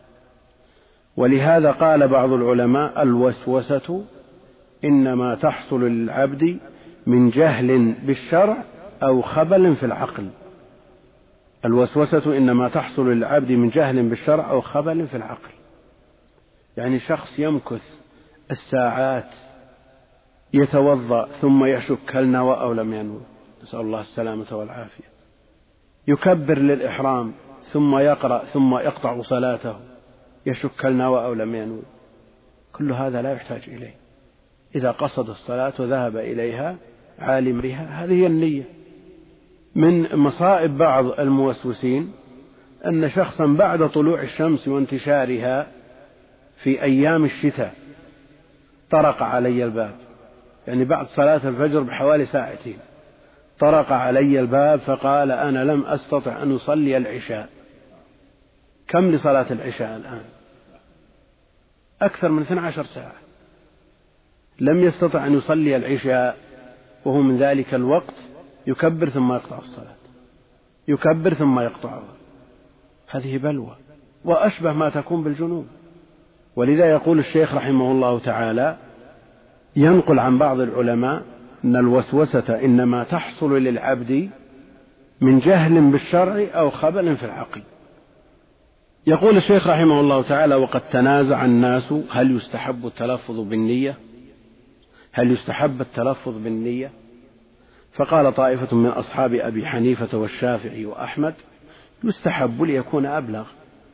ولهذا قال بعض العلماء: الوسوسة إنما تحصل للعبد من جهل بالشرع أو خبل في العقل. الوسوسة إنما تحصل للعبد من جهل بالشرع أو خبل في العقل، يعني شخص يمكث الساعات يتوضأ ثم يشك هل نوى أو لم ينوي، نسأل الله السلامة والعافية، يكبر للإحرام ثم يقرأ ثم يقطع صلاته يشك هل نوى أو لم ينوي، كل هذا لا يحتاج إليه. إذا قصد الصلاة وذهب إليها عالم بها، هذه النية. من مصائب بعض الموسوسين أن شخصا بعد طلوع الشمس وانتشارها في أيام الشتاء طرق علي الباب، يعني بعد صلاة الفجر بحوالي ساعتين طرق علي الباب فقال: أنا لم أستطع أن أصلي العشاء. كم لصلاة العشاء الآن؟ أكثر من 12 ساعة. لم يستطع أن يصلي العشاء، وهو من ذلك الوقت يكبر ثم يقطع الصلاة، يكبر ثم يقطعها. هذه بلوى وأشبه ما تكون بالجنون. ولذا يقول الشيخ رحمه الله تعالى، ينقل عن بعض العلماء أن الوسوسة إنما تحصل للعبد من جهل بالشرع أو خبل في العقل. يقول الشيخ رحمه الله تعالى: وقد تنازع الناس هل يستحب التلفظ بالنية، هل يستحب التلفظ بالنية؟ فقال طائفة من أصحاب أبي حنيفة والشافعي وأحمد: يستحب ليكون أبلغ،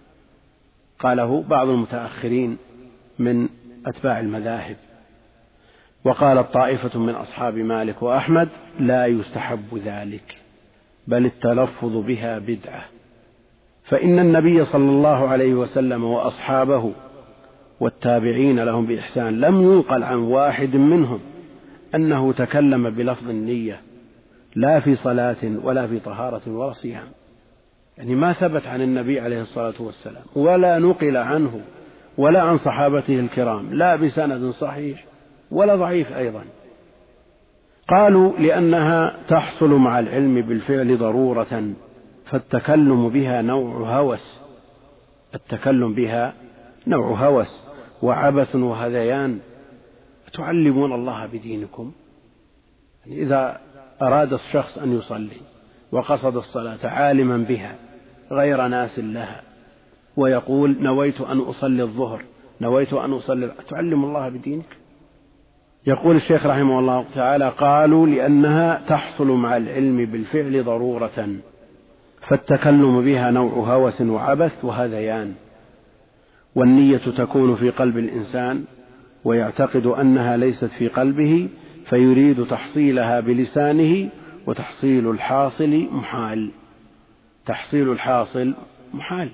قاله بعض المتأخرين من أتباع المذاهب. وقالت طائفة من أصحاب مالك وأحمد لا يستحب ذلك، بل التلفظ بها بدعة، فإن النبي صلى الله عليه وسلم وأصحابه والتابعين لهم بإحسان لم ينقل عن واحد منهم أنه تكلم بلفظ النية، لا في صلاة ولا في طهارة ولا صيام. يعني ما ثبت عن النبي عليه الصلاة والسلام، ولا نقل عنه ولا عن صحابته الكرام، لا بسند صحيح ولا ضعيف أيضا. قالوا لأنها تحصل مع العلم بالفعل ضرورة، فالتكلم بها نوع هوس، التكلم بها نوع هوس وعبث وهذيان. تعلمون الله بدينكم. يعني إذا أراد الشخص أن يصلي وقصد الصلاة عالما بها غير ناس لها، ويقول نويت أن أصلي الظهر، نويت أن أصلي، تعلم الله بدينك. يقول الشيخ رحمه الله تعالى: قالوا لأنها تحصل مع العلم بالفعل ضرورة، فالتكلم بها نوع هوس وعبث وهذيان. والنية تكون في قلب الإنسان ويعتقد أنها ليست في قلبه، فيريد تحصيلها بلسانه، وتحصيل الحاصل محال، تحصيل الحاصل محال.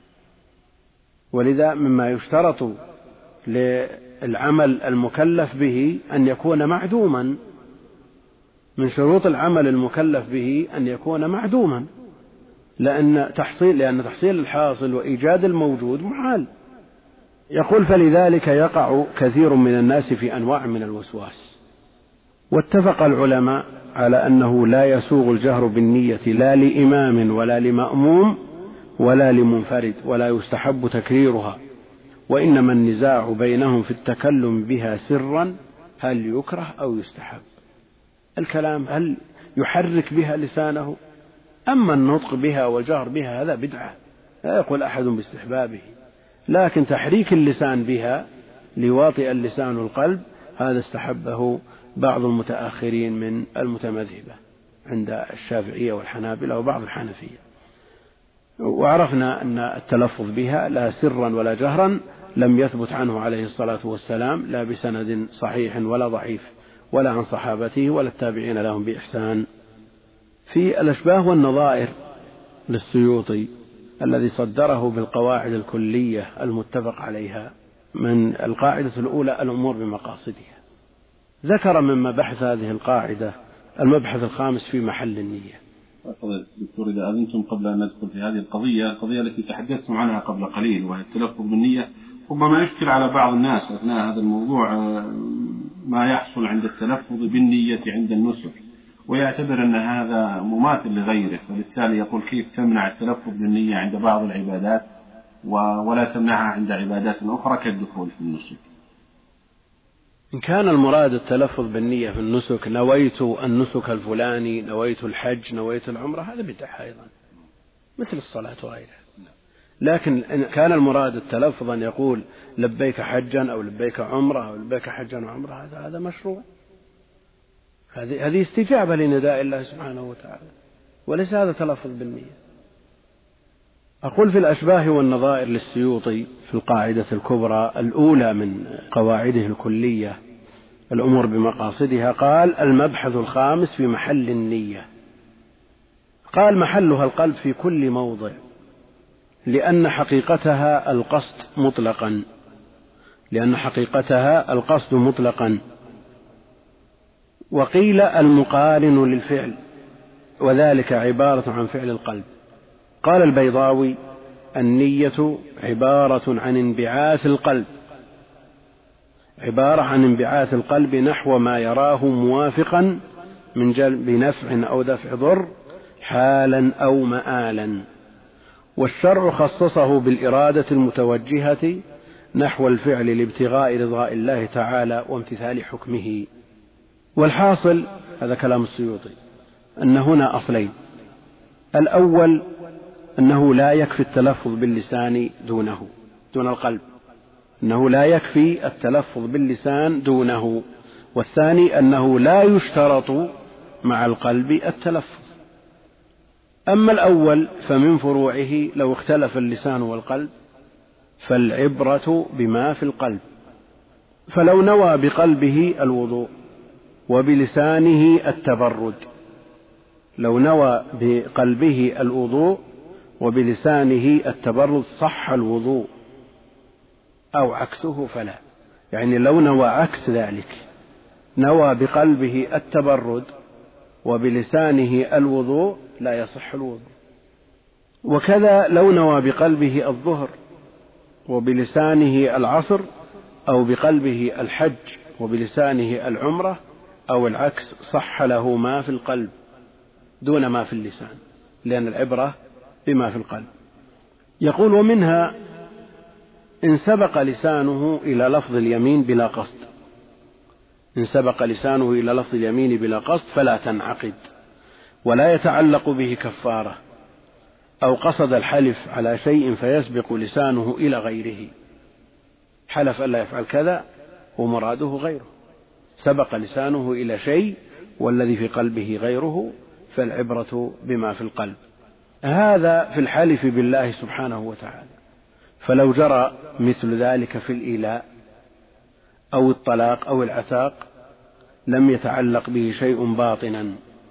ولذا مما يشترط للعمل المكلف به أن يكون معدوما، من شروط العمل المكلف به أن يكون معدوما، لأن تحصيل الحاصل وإيجاد الموجود محال. يقول: فلذلك يقع كثير من الناس في أنواع من الوسواس. واتفق العلماء على أنه لا يسوغ الجهر بالنية لا لإمام ولا لمأموم ولا لمنفرد، ولا يستحب تكريرها، وإنما النزاع بينهم في التكلم بها سرا، هل يكره أو يستحب. الكلام هل يحرك بها لسانه، أما النطق بها والجهر بها هذا بدعة، لا يقول أحد باستحبابه، لكن تحريك اللسان بها ليواطئ اللسان القلب هذا استحبه بعض المتأخرين من المتمذهبة عند الشافعية والحنابلة وبعض الحنفية. وعرفنا أن التلفظ بها لا سرا ولا جهرا لم يثبت عنه عليه الصلاة والسلام، لا بسند صحيح ولا ضعيف، ولا عن صحابته ولا التابعين لهم بإحسان. في الأشباه والنظائر للسيوطي الذي صدره بالقواعد الكلية المتفق عليها، من القاعدة الأولى الأمور بمقاصدها، ذكر من مباحث هذه القاعدة المبحث الخامس في محل النية. دكتور، إذا أذنتم قبل أن ندخل في هذه القضية التي تحدثتم عنها قبل قليل، وهي التلفظ بالنية، ربما يشكل على بعض الناس أثناء هذا الموضوع ما يحصل عند التلفظ بالنية عند النسك، ويعتبر أن هذا مماثل لغيره، فبالتالي يقول كيف تمنع التلفظ بالنية عند بعض العبادات ولا تمنعها عند عبادات أخرى كالدخول في النسك. إن كان المراد التلفظ بالنية في النسك، نويت النسك الفلاني، نويت الحج، نويت العمرة، هذا بدعة أيضا مثل الصلاة وغيرها. لكن إن كان المراد التلفظ أن يقول لبيك حجا أو لبيك عمرة أو لبيك حجا وعمرة، هذا مشروع، هذه استجابة لنداء الله سبحانه وتعالى، وليس هذا تلفظ بالنية. أقول في الأشباه والنظائر للسيوطي في القاعدة الكبرى الأولى من قواعده الكلية الأمور بمقاصدها، قال: المبحث الخامس في محل النية. قال: محلها القلب في كل موضع، لأن حقيقتها القصد مطلقا، وقيل المقارن للفعل، وذلك عبارة عن فعل القلب. قال البيضاوي: النية عبارة عن انبعاث القلب نحو ما يراه موافقا من جلب نفع أو دفع ضر حالا أو مآلا، والشرع خصصه بالإرادة المتوجهة نحو الفعل لابتغاء رضاء الله تعالى وامتثال حكمه. والحاصل، هذا كلام السيوطي، أن هنا أصلين: الأول أنه لا يكفي التلفظ باللسان دون القلب، أنه لا يكفي التلفظ باللسان دونه. والثاني أنه لا يشترط مع القلب التلفظ. أما الأول فمن فروعه لو اختلف اللسان والقلب فالعبرة بما في القلب. فلو نوى بقلبه الوضوء وبلسانه التبرد، لو نوى بقلبه الوضوء وبلسانه التبرد صح الوضوء، أو عكسه فلا. يعني لو نوى عكس ذلك، نوى بقلبه التبرد وبلسانه الوضوء، لا يصح الوضوء. وكذا لو نوى بقلبه الظهر وبلسانه العصر، أو بقلبه الحج وبلسانه العمرة، أو العكس، صح له ما في القلب دون ما في اللسان، لأن العبرة بما في القلب. يقول: ومنها إن سبق لسانه إلى لفظ اليمين بلا قصد، إن سبق لسانه إلى لفظ اليمين بلا قصد فلا تنعقد ولا يتعلق به كفارة، أو قصد الحلف على شيء فيسبق لسانه إلى غيره، حلف ألا يفعل كذا ومراده غيره، سبق لسانه إلى شيء والذي في قلبه غيره، فالعبرة بما في القلب. هذا في الحلف بالله سبحانه وتعالى. فلو جرى مثل ذلك في الإيلاء أو الطلاق أو العتاق لم يتعلق به شيء باطنا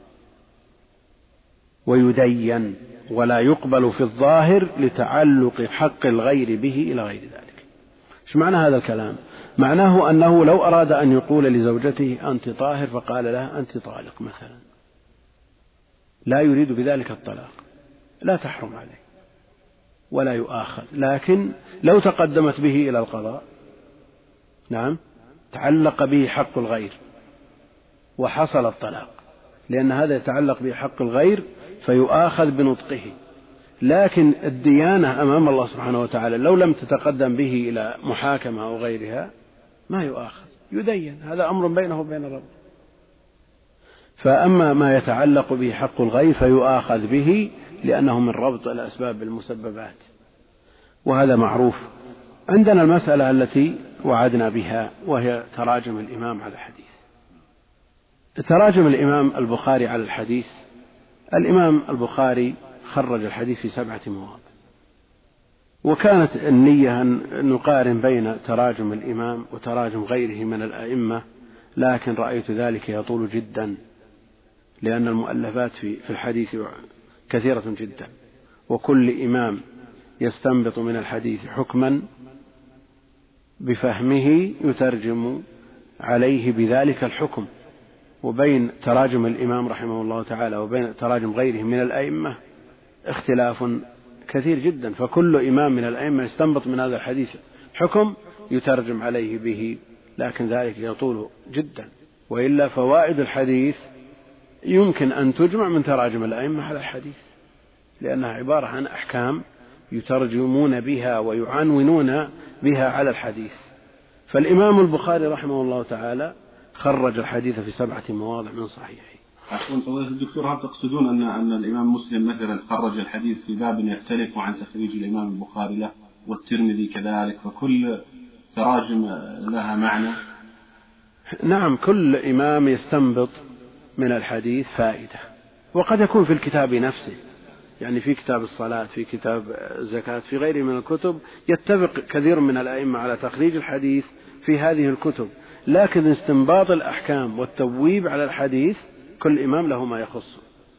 ويدين، ولا يقبل في الظاهر لتعلق حق الغير به إلى غير ذلك. ايش معنى هذا الكلام؟ معناه أنه لو أراد أن يقول لزوجته أنت طاهر فقال لها أنت طالق مثلا، لا يريد بذلك الطلاق، لا تحرم عليه ولا يؤاخذ. لكن لو تقدمت به إلى القضاء، نعم، تعلق به حق الغير وحصل الطلاق، لأن هذا يتعلق به حق الغير فيؤاخذ بنطقه. لكن الديانة أمام الله سبحانه وتعالى لو لم تتقدم به إلى محاكمة أو غيرها ما يؤاخذ، يدين، هذا أمر بينه وبين الرب. فأما ما يتعلق به حق الغير فيؤاخذ به، لأنه من ربط الأسباب بالمسببات، وهذا معروف. عندنا المسألة التي وعدنا بها، وهي تراجم الإمام على الحديث. تراجم الإمام البخاري على الحديث: الإمام البخاري خرج الحديث في 7 مواضع، وكانت النية أن نقارن بين تراجم الإمام وتراجم غيره من الأئمة، لكن رأيت ذلك يطول جدا، لأن المؤلفات في الحديث كثيرة جدا، وكل إمام يستنبط من الحديث حكما بفهمه يترجم عليه بذلك الحكم. وبين تراجم الإمام رحمه الله تعالى وبين تراجم غيره من الأئمة اختلاف كثير جدا، فكل إمام من الأئمة يستنبط من هذا الحديث حكم يترجم عليه به، لكن ذلك يطول جدا. وإلا فوائد الحديث يمكن أن تجمع من تراجم الأئمة على الحديث، لأنها عبارة عن أحكام يترجمون بها ويعنونون بها على الحديث. فالإمام البخاري رحمه الله تعالى خرج الحديث في 7 مواضع من صحيحه. الدكتور، هل تقصدون أن الإمام مسلم مثلا خرج الحديث في باب يختلف عن تخريج الإمام البخاري له، والترمذي كذلك، فكل تراجم لها معنى؟ نعم، كل إمام يستنبط من الحديث فائدة، وقد يكون في الكتاب نفسه، يعني في كتاب الصلاة، في كتاب الزكاة، في غيره من الكتب يتفق كثير من الأئمة على تخريج الحديث في هذه الكتب، لكن استنباط الأحكام والتبويب على الحديث كل إمام له ما يخصه.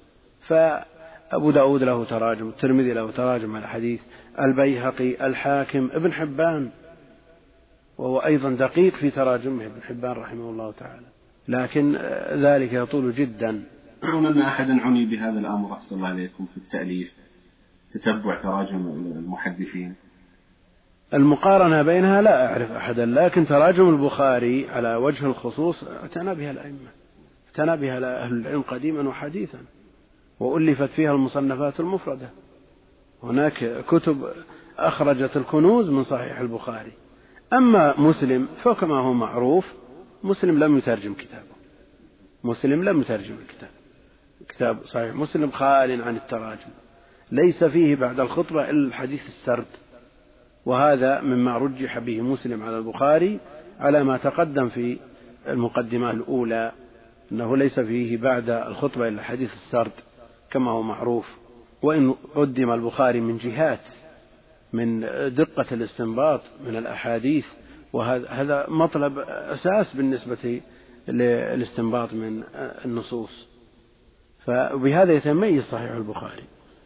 فأبو داود له تراجم، الترمذي له تراجم على الحديث، البيهقي، الحاكم، ابن حبان، وهو أيضا دقيق في تراجمه ابن حبان رحمه الله تعالى، لكن ذلك يطول جدا. يقولون أن أحدا عني بهذا الأمر أحسن الله عليكم في التأليف، تتبع تراجم المحدثين، المقارنة بينها لا أعرف أحدا، لكن تراجم البخاري على وجه الخصوص اعتنى بها الأئمة، اعتنى بها أهل العلم قديما وحديثا، وألفت فيها المصنفات المفردة. هناك كتب أخرجت الكنوز من صحيح البخاري. أما مسلم فكما هو معروف مسلم لم يترجم كتابه، مسلم لم يترجم الكتاب، كتاب صحيح مسلم خال عن التراجم، ليس فيه بعد الخطبة إلا الحديث السرد، وهذا مما رجح به مسلم على البخاري على ما تقدم في المقدمة الأولى، أنه ليس فيه بعد الخطبة إلا حديث السرد كما هو معروف. وإن قدم البخاري من من دقة الاستنباط من الأحاديث، وهذا مطلب أساس بالنسبة للاستنباط من النصوص، فبهذا يتميز صحيح البخاري.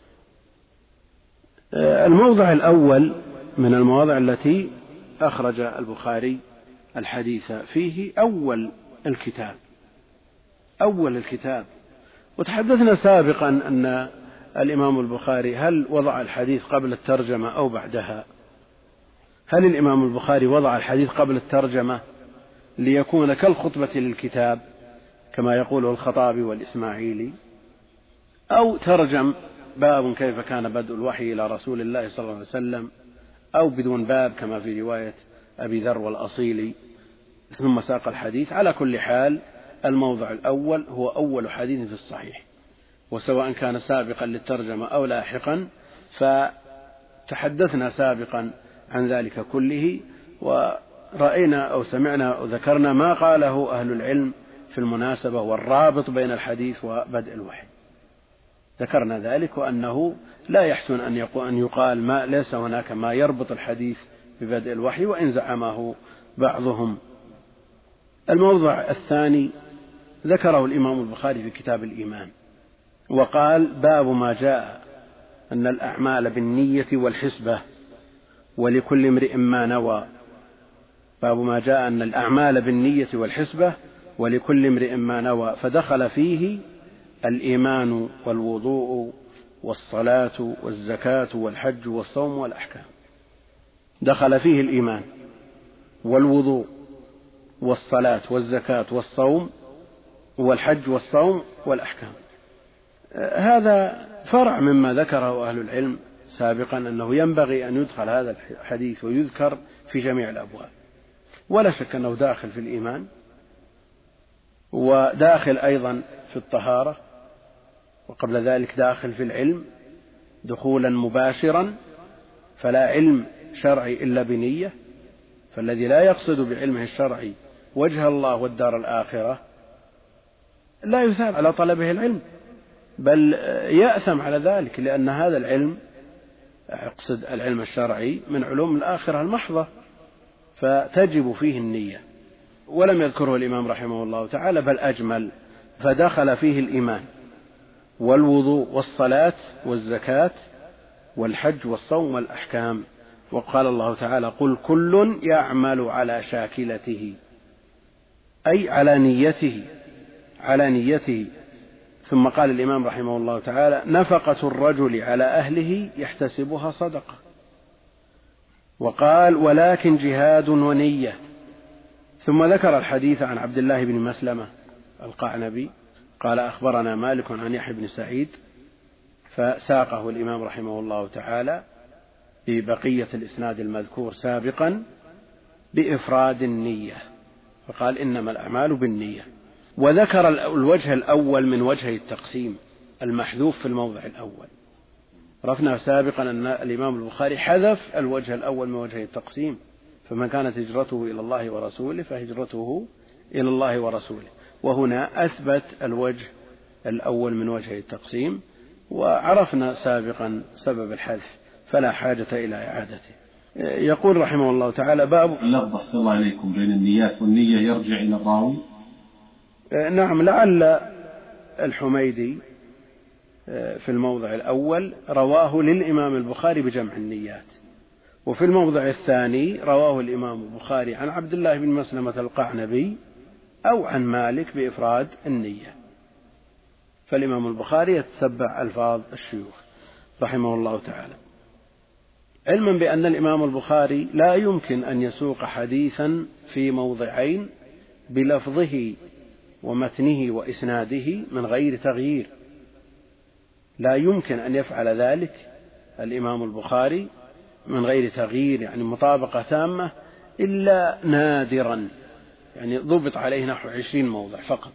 الموضع الأول من المواضع التي أخرج البخاري الحديث فيه أول الكتاب. وتحدثنا سابقا أن الإمام البخاري هل وضع الحديث قبل الترجمة أو بعدها؟ هل الإمام البخاري وضع الحديث قبل الترجمة ليكون كالخطبة للكتاب كما يقول الخطابي والإسماعيلي، أو ترجم باب كيف كان بدء الوحي إلى رسول الله صلى الله عليه وسلم، أو بدون باب كما في رواية أبي ذر والأصيلي ثم ساق الحديث؟ على كل حال الموضع الأول هو أول حديث في الصحيح، وسواء كان سابقا للترجمة أو لاحقا، فتحدثنا سابقا عن ذلك كله، ورأينا أو سمعنا أو ذكرنا ما قاله أهل العلم في المناسبة والرابط بين الحديث وبدء الوحي. ذكرنا ذلك، وأنه لا يحسن أن يقال ما ليس هناك ما يربط الحديث ببدء الوحي، وإن زعمه بعضهم. الموضع الثاني ذكره الإمام البخاري في كتاب الإيمان، وقال: باب ما جاء أن الأعمال بالنية والحسبة ولكل امرئ ما نوى. باب ما جاء أن الأعمال بالنية والحسبة ولكل امرئ ما نوى، فدخل فيه الإيمان والوضوء والصلاة والزكاة والحج والصوم والأحكام. دخل فيه الإيمان والوضوء والصلاة والزكاة والصوم والحج والصوم والأحكام. هذا فرع مما ذكره أهل العلم سابقا، أنه ينبغي أن يدخل هذا الحديث ويذكر في جميع الأبواب، ولا شك أنه داخل في الإيمان، وداخل أيضا في الطهارة، وقبل ذلك داخل في العلم دخولا مباشرا، فلا علم شرعي إلا بنية، فالذي لا يقصد بعلمه الشرعي وجه الله والدار الآخرة لا يثاب على طلبه العلم، بل يأثم على ذلك، لأن هذا العلم، أقصد العلم الشرعي، من علوم الآخرة المحضة، فتجب فيه النية. ولم يذكره الإمام رحمه الله تعالى، بل أجمل، فدخل فيه الإيمان والوضوء والصلاة والزكاة والحج والصوم والأحكام. وقال الله تعالى: قل كل يعمل على شاكلته، أي على نيته. ثم قال الإمام رحمه الله تعالى: نفقة الرجل على أهله يحتسبها صدقة. وقال: ولكن جهاد ونية. ثم ذكر الحديث عن عبد الله بن مسلمة القعنبي قال: أخبرنا مالك عن يحيى بن سعيد، فساقه الإمام رحمه الله تعالى ببقية الإسناد المذكور سابقا بإفراد النية، فقال: إنما الأعمال بالنية. وذكر الوجه الأول من وجهي التقسيم المحذوف في الموضع الأول. عرفنا سابقا أن الإمام البخاري حذف الوجه الأول من وجهي التقسيم، فمن كانت هجرته إلى الله ورسوله فهجرته إلى الله ورسوله، وهنا أثبت الوجه الأول من وجهي التقسيم، وعرفنا سابقا سبب الحذف، فلا حاجة إلى إعادته. يقول رحمه الله تعالى: باب اللفظ صلى الله عليكم بين النيات والنية يرجع إلى الراوي. نعم، لعل الحميدي في الموضع الأول رواه للإمام البخاري بجمع النيات، وفي الموضع الثاني رواه الإمام البخاري عن عبد الله بن مسلمة القعنبي أو عن مالك بإفراد النية، فالإمام البخاري يتتبع ألفاظ الشيوخ رحمه الله تعالى، علما بأن الإمام البخاري لا يمكن أن يسوق حديثا في موضعين بلفظه ومتنه وإسناده من غير تغيير، لا يمكن أن يفعل ذلك الإمام البخاري من غير تغيير، يعني مطابقة تامة، إلا نادرا، يعني ضبط عليه نحو 20 موضع فقط،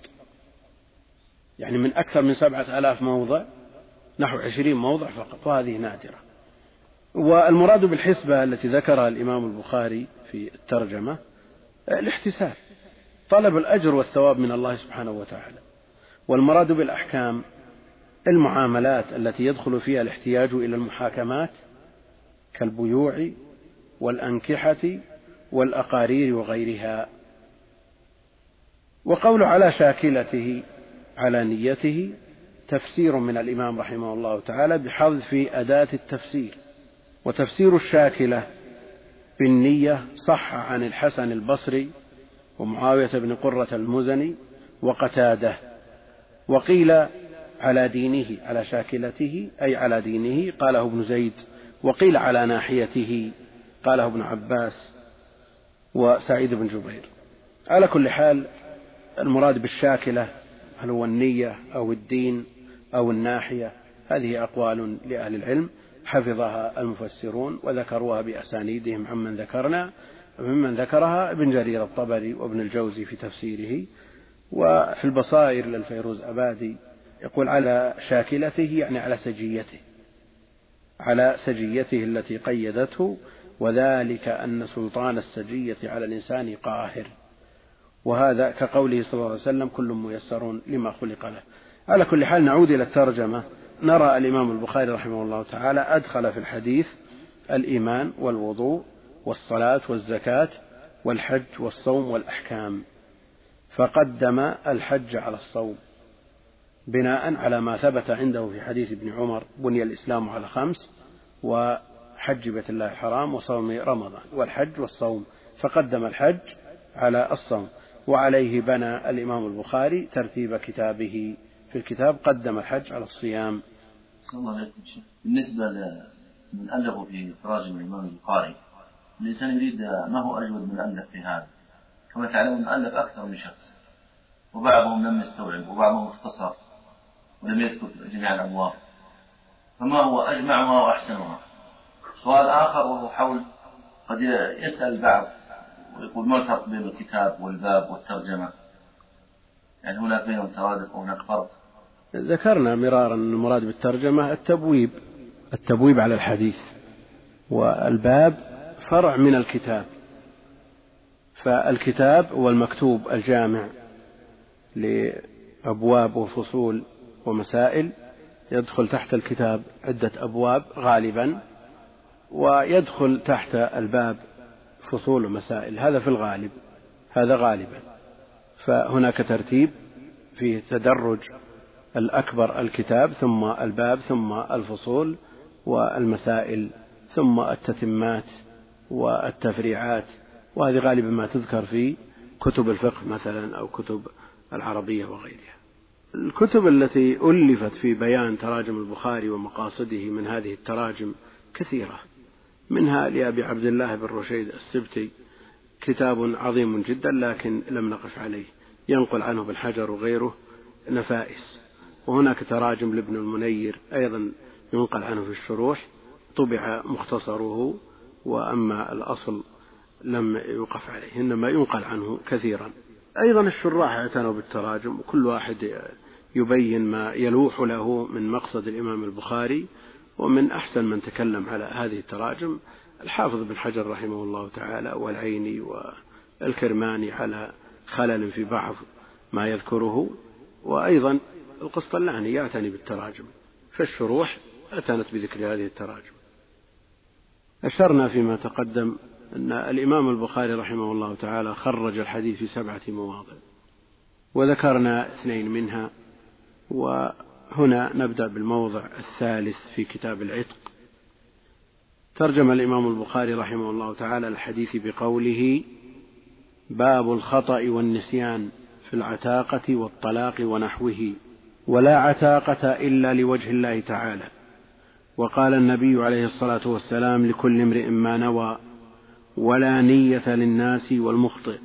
يعني من أكثر من 7000 موضع نحو 20 موضع فقط، وهذه نادرة. والمراد بالحسبة التي ذكرها الإمام البخاري في الترجمة الاحتساب، طلب الأجر والثواب من الله سبحانه وتعالى. والمراد بالأحكام المعاملات التي يدخل فيها الاحتياج إلى المحاكمات كالبيوع والأنكحة والأقارير وغيرها. وقول على شاكلته على نيته تفسير من الإمام رحمه الله تعالى بحذف أداة التفسير. وتفسير الشاكلة بالنية صح عن الحسن البصري ومعاوية بن قرة المزني وقتاده. وقيل على دينه على شاكلته أي على دينه قاله ابن زيد. وقيل على ناحيته قاله ابن عباس وسعيد بن جبير. على كل حال المراد بالشاكلة هل هو النية أو الدين أو الناحية؟ هذه أقوال لأهل العلم حفظها المفسرون وذكروها بأسانيدهم عمن ذكرنا، وممن ذكرها ابن جرير الطبري وابن الجوزي في تفسيره. وفي البصائر للفيروز أبادي يقول على شاكلته يعني على سجيته، على سجيته التي قيدته، وذلك أن سلطان السجية على الإنسان قاهر، وهذا كقوله صلى الله عليه وسلم كل ميسر لما خلق له. على كل حال نعود إلى الترجمة. نرى الإمام البخاري رحمه الله تعالى أدخل في الحديث الإيمان والوضوء والصلاة والزكاة والحج والصوم والأحكام، فقدم الحج على الصوم بناء على ما ثبت عنده في حديث ابن عمر بني الإسلام على 5، وحج بيت الله الحرام وصوم رمضان والحج والصوم، فقدم الحج على الصوم. وعليه بنى الإمام البخاري ترتيب كتابه في الكتاب، قدم الحج على الصيام. صلى الله عليه وسلم. بالنسبة لمن ألفوا في تراجم الإمام البخاري، الإنسان يريد ما هو أجود من ألف في هذا. كما تعلمون ألف أكثر من شخص، وبعضهم لم يستوعب وبعضهم اختصر ولم يذكر جميع الأبواب، فما هو أجمعها وأحسنها؟ سؤال آخر وهو حول قد يسأل بعض ويقول ما الفرق بين الكتاب والباب والترجمة؟ يعني هناك بينهم ترادف وهناك فرق. ذكرنا مرارا أن المراد بالترجمة التبويب على الحديث، والباب فرع من الكتاب. فالكتاب هو المكتوب الجامع لأبواب وفصول ومسائل، يدخل تحت الكتاب عدة أبواب غالبا، ويدخل تحت الباب فصول ومسائل، هذا في الغالب، هذا غالبا. فهناك ترتيب فيه تدرج، الأكبر الكتاب ثم الباب ثم الفصول والمسائل ثم التتمات والتفريعات، وهذه غالبا ما تذكر في كتب الفقه مثلا أو كتب العربية وغيرها. الكتب التي ألفت في بيان تراجم البخاري ومقاصده من هذه التراجم كثيرة، منها لأبي عبد الله بن رشيد السبتي كتاب عظيم جدا لكن لم نقف عليه، ينقل عنه ابن حجر وغيره نفائس. وهناك تراجم لابن المنير أيضا ينقل عنه في الشروح، طبع مختصره، وأما الأصل لم يوقف عليه، إنما ينقل عنه كثيرا. أيضا الشراح اعتنوا بالتراجم، وكل واحد يبين ما يلوح له من مقصد الإمام البخاري. ومن أحسن من تكلم على هذه التراجم الحافظ بن حجر رحمه الله تعالى، والعيني والكرماني على خلل في بعض ما يذكره، وأيضا القسطلاني يعتني بالتراجم، فالشروح اعتنت بذكر هذه التراجم. أشرنا فيما تقدم أن الإمام البخاري رحمه الله تعالى خرج الحديث في 7 مواضع، وذكرنا 2 منها، وهنا نبدأ بالموضع الثالث في كتاب العتق. ترجم الإمام البخاري رحمه الله تعالى الحديث بقوله: باب الخطأ والنسيان في العتاقة والطلاق ونحوه، ولا عتاقة إلا لوجه الله تعالى. وقال النبي عليه الصلاة والسلام: لكل امرئ ما نوى، ولا نية للناس والمخطئ.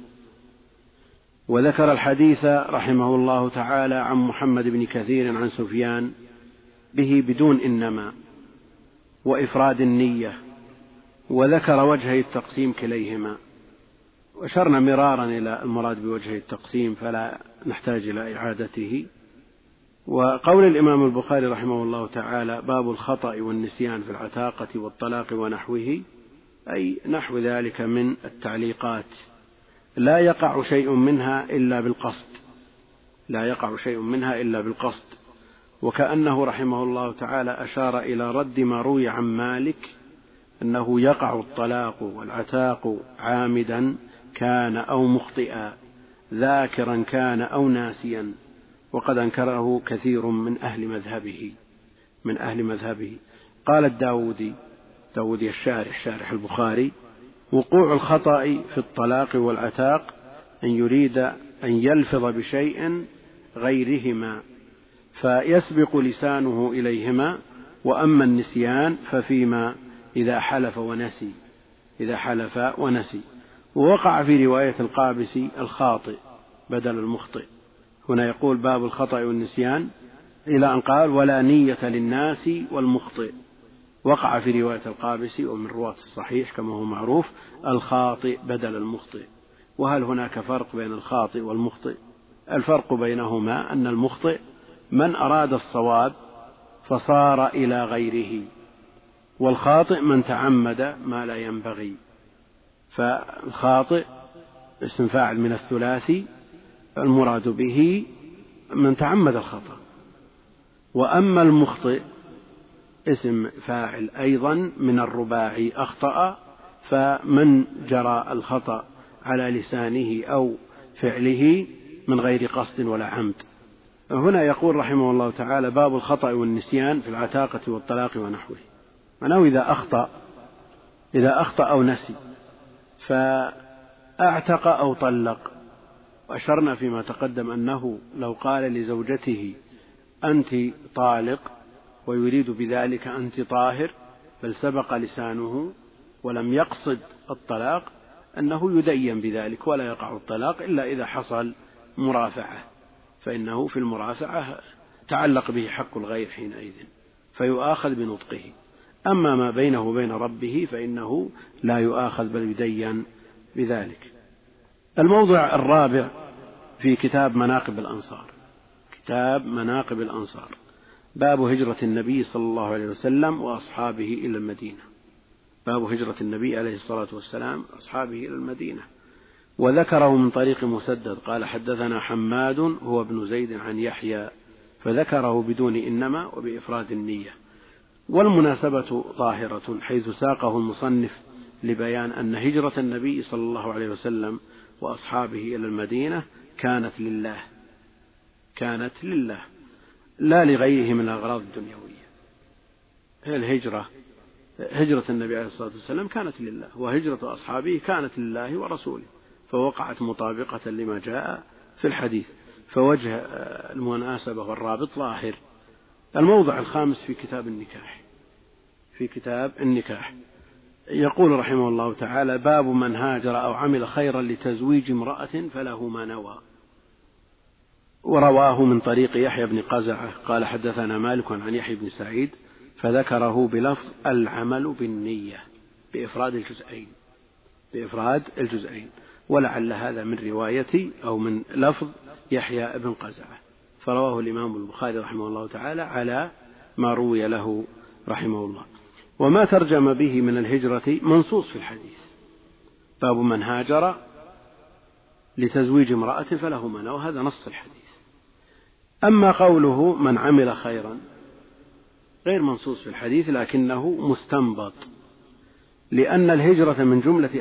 وذكر الحديث رحمه الله تعالى عن محمد بن كثير عن سفيان به بدون إنما وإفراد النية، وذكر وجهي التقسيم كليهما. وأشرنا مرارا إلى المراد بوجهي التقسيم فلا نحتاج إلى إعادته. وقول الإمام البخاري رحمه الله تعالى: باب الخطأ والنسيان في العتاقة والطلاق ونحوه، أي نحو ذلك من التعليقات، لا يقع شيء منها إلا بالقصد، لا يقع شيء منها إلا بالقصد. وكأنه رحمه الله تعالى أشار إلى رد ما روي عن مالك أنه يقع الطلاق والعتاق عامدا كان أو مخطئا، ذاكرا كان أو ناسيا، وقد أنكره كثير من أهل مذهبه. قال الداودي الشارح شارح البخاري: وقوع الخطأ في الطلاق والعتاق أن يريد أن يلفظ بشيء غيرهما فيسبق لسانه إليهما، وأما النسيان ففيما إذا حلف ونسي. ووقع في رواية القابسي الخاطئ بدل المخطئ. هنا يقول باب الخطأ والنسيان إلى أن قال: ولا نية للناس والمخطئ. وقع في رواية القابسي ومن رواة الصحيح كما هو معروف الخاطئ بدل المخطئ. وهل هناك فرق بين الخاطئ والمخطئ؟ الفرق بينهما أن المخطئ من أراد الصواب فصار إلى غيره، والخاطئ من تعمد ما لا ينبغي. فالخاطئ اسم فاعل من الثلاثي، المراد به من تعمد الخطأ. وأما المخطئ اسم فاعل أيضا من الرباعي أخطأ، فمن جرى الخطأ على لسانه أو فعله من غير قصد ولا عمد. هنا يقول رحمه الله تعالى: باب الخطأ والنسيان في العتاقة والطلاق ونحوه. معناه إذا أخطأ أو نسي فأعتق أو طلق. وأشرنا فيما تقدم أنه لو قال لزوجته أنت طالق ويريد بذلك أنت طاهر، بل سبق لسانه ولم يقصد الطلاق، أنه يدين بذلك ولا يقع الطلاق إلا إذا حصل مرافعة، فإنه في المرافعة تعلق به حق الغير حينئذ فيؤاخذ بنطقه. أما ما بينه وبين ربه فإنه لا يؤاخذ بل يدين بذلك. الموضع الرابع في كتاب مناقب الأنصار، باب هجرة النبي صلى الله عليه وسلم وأصحابه إلى المدينة. باب هجرة النبي عليه الصلاة والسلام وأصحابه إلى المدينة. وذكره من طريق مسدد قال: حدثنا حماد هو ابن زيد عن يحيى، فذكره بدون إنما وبإفراد النية. والمناسبة ظاهرة حيث ساقه المصنف لبيان أن هجرة النبي صلى الله عليه وسلم وأصحابه إلى المدينة كانت لله لا لغيره من الأغراض الدنيوية. هجرة النبي عليه الصلاة والسلام كانت لله، وهجرة أصحابه كانت لله ورسوله، فوقعت مطابقة لما جاء في الحديث، فوجه المناسبة والرابط ظاهر. الموضع الخامس في كتاب النكاح يقول رحمه الله تعالى: باب من هاجر أو عمل خيرا لتزويج امرأة فله ما نوى. ورواه من طريق يحيى بن قزعة قال: حدثنا مالك عن يحيى بن سعيد، فذكره بلفظ العمل بالنية بإفراد الجزئين، ولعل هذا من رواية أو من لفظ يحيى بن قزعة، فرواه الإمام البخاري رحمه الله تعالى على ما روي له رحمه الله. وما ترجم به من الهجرة منصوص في الحديث: باب من هاجر لتزويج امرأة فله ما نوى، هذا نص الحديث. أما قوله من عمل خيرا غير منصوص في الحديث، لكنه مستنبط، لأن الهجرة من جملة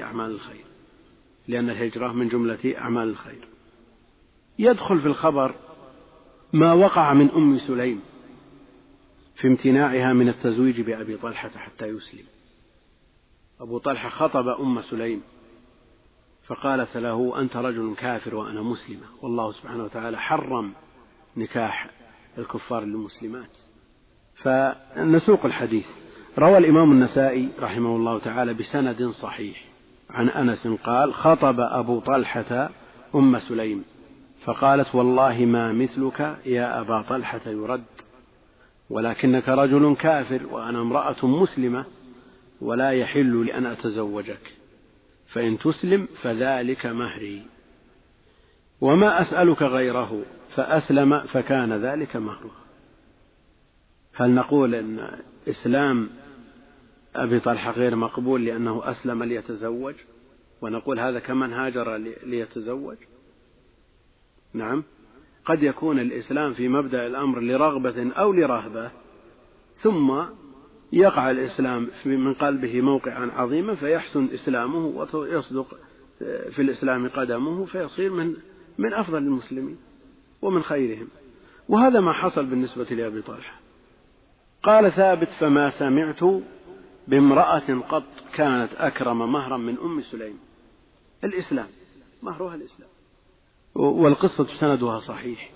أعمال الخير. يدخل في الخبر ما وقع من أم سليم في امتناعها من التزويج بأبي طلحة حتى يسلم. أبو طلحة خطب أم سليم فقالت له: أنت رجل كافر وأنا مسلمة، والله سبحانه وتعالى حرم نكاح الكفار للمسلمات. فنسوق الحديث. روى الإمام النسائي رحمه الله تعالى بسند صحيح عن أنس قال: خطب أبو طلحة أم سليم فقالت: والله ما مثلك يا أبا طلحة يرد، ولكنك رجل كافر وأنا امرأة مسلمة، ولا يحل لأن أتزوجك، فإن تسلم فذلك مهري، وما أسألك غيره، فأسلم فكان ذلك مهره. هل نقول أن إسلام أبي طلحة غير مقبول لأنه أسلم ليتزوج، ونقول هذا كمن هاجر ليتزوج؟ نعم، قد يكون الإسلام في مبدأ الأمر لرغبة أو لرهبة، ثم يقع الإسلام من قلبه موقعا عظيما فيحسن إسلامه ويصدق في الإسلام قدمه فيصير من أفضل المسلمين ومن خيرهم. وهذا ما حصل بالنسبة لأبي طلحة. قال ثابت: فما سمعت بامرأة قط كانت أكرم مهرا من أم سليم. الإسلام مهرها الإسلام، والقصة سندها صحيح.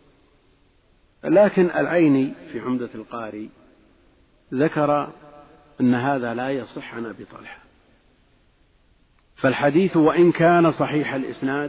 لكن العيني في عمدة القاري ذكر أن هذا لا يصح عن أبي طلحة. فالحديث وإن كان صحيح الإسناد،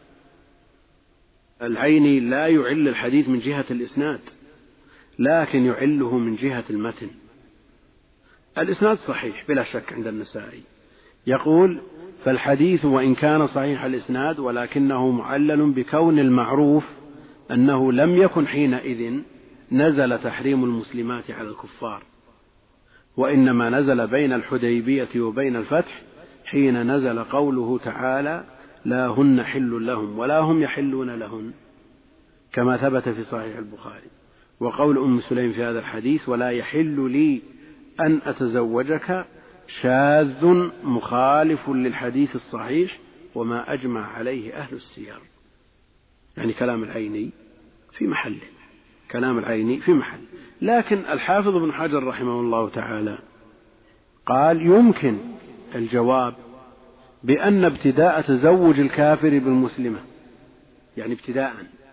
العيني لا يعل الحديث من جهة الإسناد، لكن يعله من جهة المتن. الإسناد صحيح بلا شك عند النسائي، يقول: فالحديث وإن كان صحيح الإسناد ولكنه معلل بكون المعروف أنه لم يكن حينئذ نزل تحريم المسلمات على الكفار، وإنما نزل بين الحديبية وبين الفتح حين نزل قوله تعالى: لا هن حل لهم ولا هم يحلون لهن، كما ثبت في صحيح البخاري. وقول أم سليم في هذا الحديث: ولا يحل لي أن أتزوجك، شاذ مخالف للحديث الصحيح وما أجمع عليه أهل السير. يعني كلام العيني في محله، كلام العيني في محل. لكن الحافظ ابن حجر رحمه الله تعالى قال: يمكن الجواب بأن ابتداء تزوج الكافر بالمسلمة، يعني ابتداء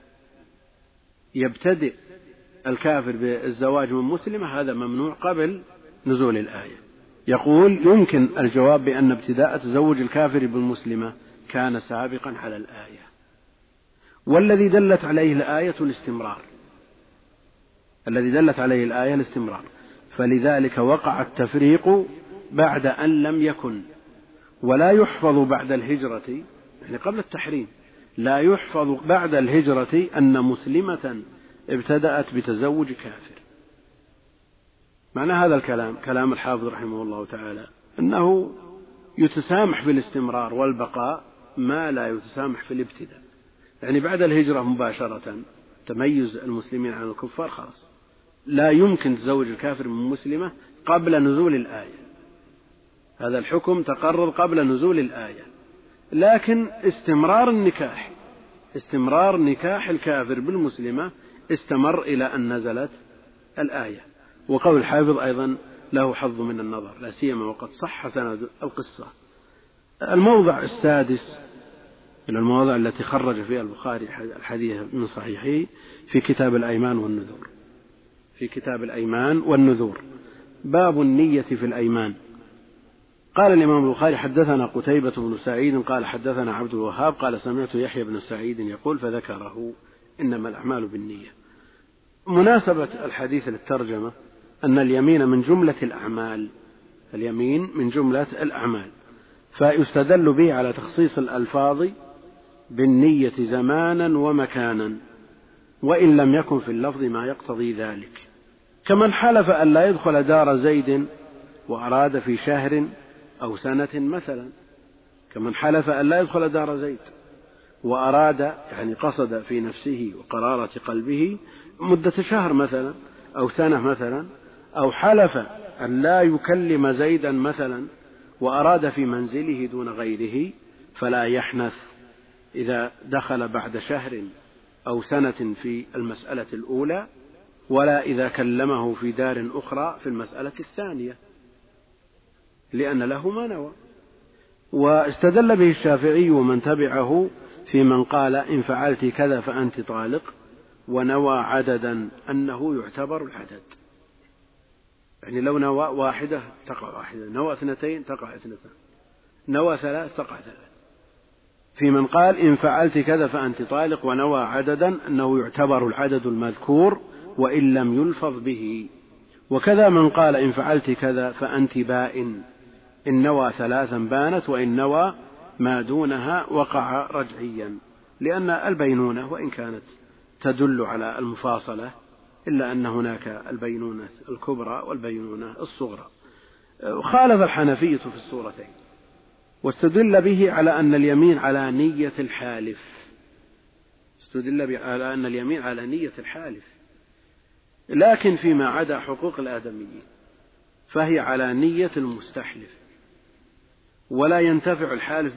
يبتدئ الكافر بالزواج من مسلمة، هذا ممنوع قبل نزول الآية. يقول: يمكن الجواب بأن ابتداء تزوج الكافر بالمسلمة كان سابقا على الآية، والذي دلت عليه الآية الاستمرار، الذي دلت عليه الآية الاستمرار، فلذلك وقع التفريق بعد أن لم يكن، ولا يحفظ بعد الهجرة، يعني قبل التحريم لا يحفظ بعد الهجرة أن مسلمة ابتدأت بتزوج كافر. معنى هذا الكلام كلام الحافظ رحمه الله تعالى أنه يتسامح في الاستمرار والبقاء ما لا يتسامح في الابتداء. يعني بعد الهجرة مباشرة تميز المسلمين عن الكفار خلاص، لا يمكن تزوج الكافر من مسلمة قبل نزول الآية، هذا الحكم تقرر قبل نزول الآية. لكن استمرار نكاح الكافر بالمسلمة استمر إلى أن نزلت الآية. وقول الحافظ أيضا له حظ من النظر، لا سيما وقد صح سند القصة. الموضع السادس من المواضع التي خرج فيها البخاري الحديث من صحيحه في كتاب الأيمان والنذور، في كتاب الأيمان والنذور، باب النية في الأيمان. قال الإمام البخاري: حدثنا قتيبة بن سعيد قال حدثنا عبد الوهاب قال سمعت يحيى بن سعيد يقول فذكره: إنما الأعمال بالنية. مناسبة الحديث للترجمة أن اليمين من جملة الأعمال، اليمين من جملة الأعمال، فيستدل به على تخصيص الألفاظ بالنية زمانا ومكانا، وإن لم يكن في اللفظ ما يقتضي ذلك، كمن حلف أن لا يدخل دار زيد وأراد في شهر أو سنة مثلا، كمن حلف أن لا يدخل دار زيد وأراد، يعني قصد في نفسه وقرارة قلبه مدة شهر مثلا أو سنة مثلا، أو حلف أن لا يكلم زيدا مثلا وأراد في منزله دون غيره، فلا يحنث إذا دخل بعد شهر أو سنة في المسألة الأولى، ولا إذا كلمه في دار أخرى في المسألة الثانية، لأن له ما نوى. واستدل به الشافعي ومن تبعه في من قال: إن فعلت كذا فأنت طالق، ونوى عددا أنه يعتبر العدد، يعني لو نوى واحدة تقع واحدة، نوى اثنتين تقع اثنتان، نوى ثلاث تقع ثلاث. في من قال: إن فعلت كذا فأنت طالق، ونوى عددا أنه يعتبر العدد المذكور وإن لم يلفظ به. وكذا من قال: إن فعلت كذا فأنت بائن، إن نوى ثلاثا بانت، وإن نوى ما دونها وقع رجعيا، لأن البينونة وإن كانت تدل على المفاصلة إلا أن هناك البينونة الكبرى والبينونة الصغرى. خالف الحنفية في الصورتين، واستدل به على أن اليمين على نية الحالف، استدل على أن اليمين على نية الحالف، لكن فيما عدا حقوق الآدميين فهي على نية المستحلف، ولا ينتفع الحالف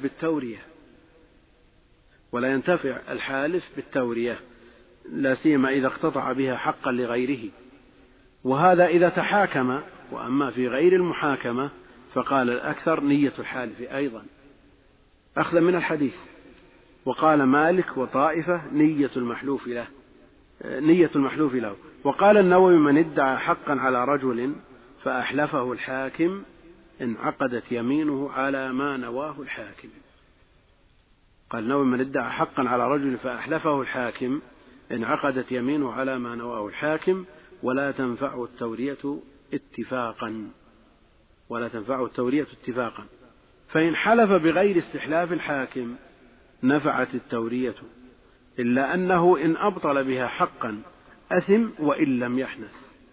بالتورية، لا سيما إذا اقتطع بها حقا لغيره، وهذا إذا تحاكم. وأما في غير المحاكمة فقال الأكثر نية الحالف أيضا أخذا من الحديث. وقال مالك وطائفة نية المحلوف له. وقال النووي من ادعى حقا على رجل فأحلفه الحاكم انعقدت يمينه على ما نواه الحاكم. قال النووي من ادعى حقا على رجل فأحلفه الحاكم انعقدت يمينه على ما نواه الحاكم، ولا تنفع التورية اتفاقا. فإن حلف بغير استحلاف الحاكم نفعت التورية، إلا أنه إن أبطل بها حقا أثم وإن لم يحنث.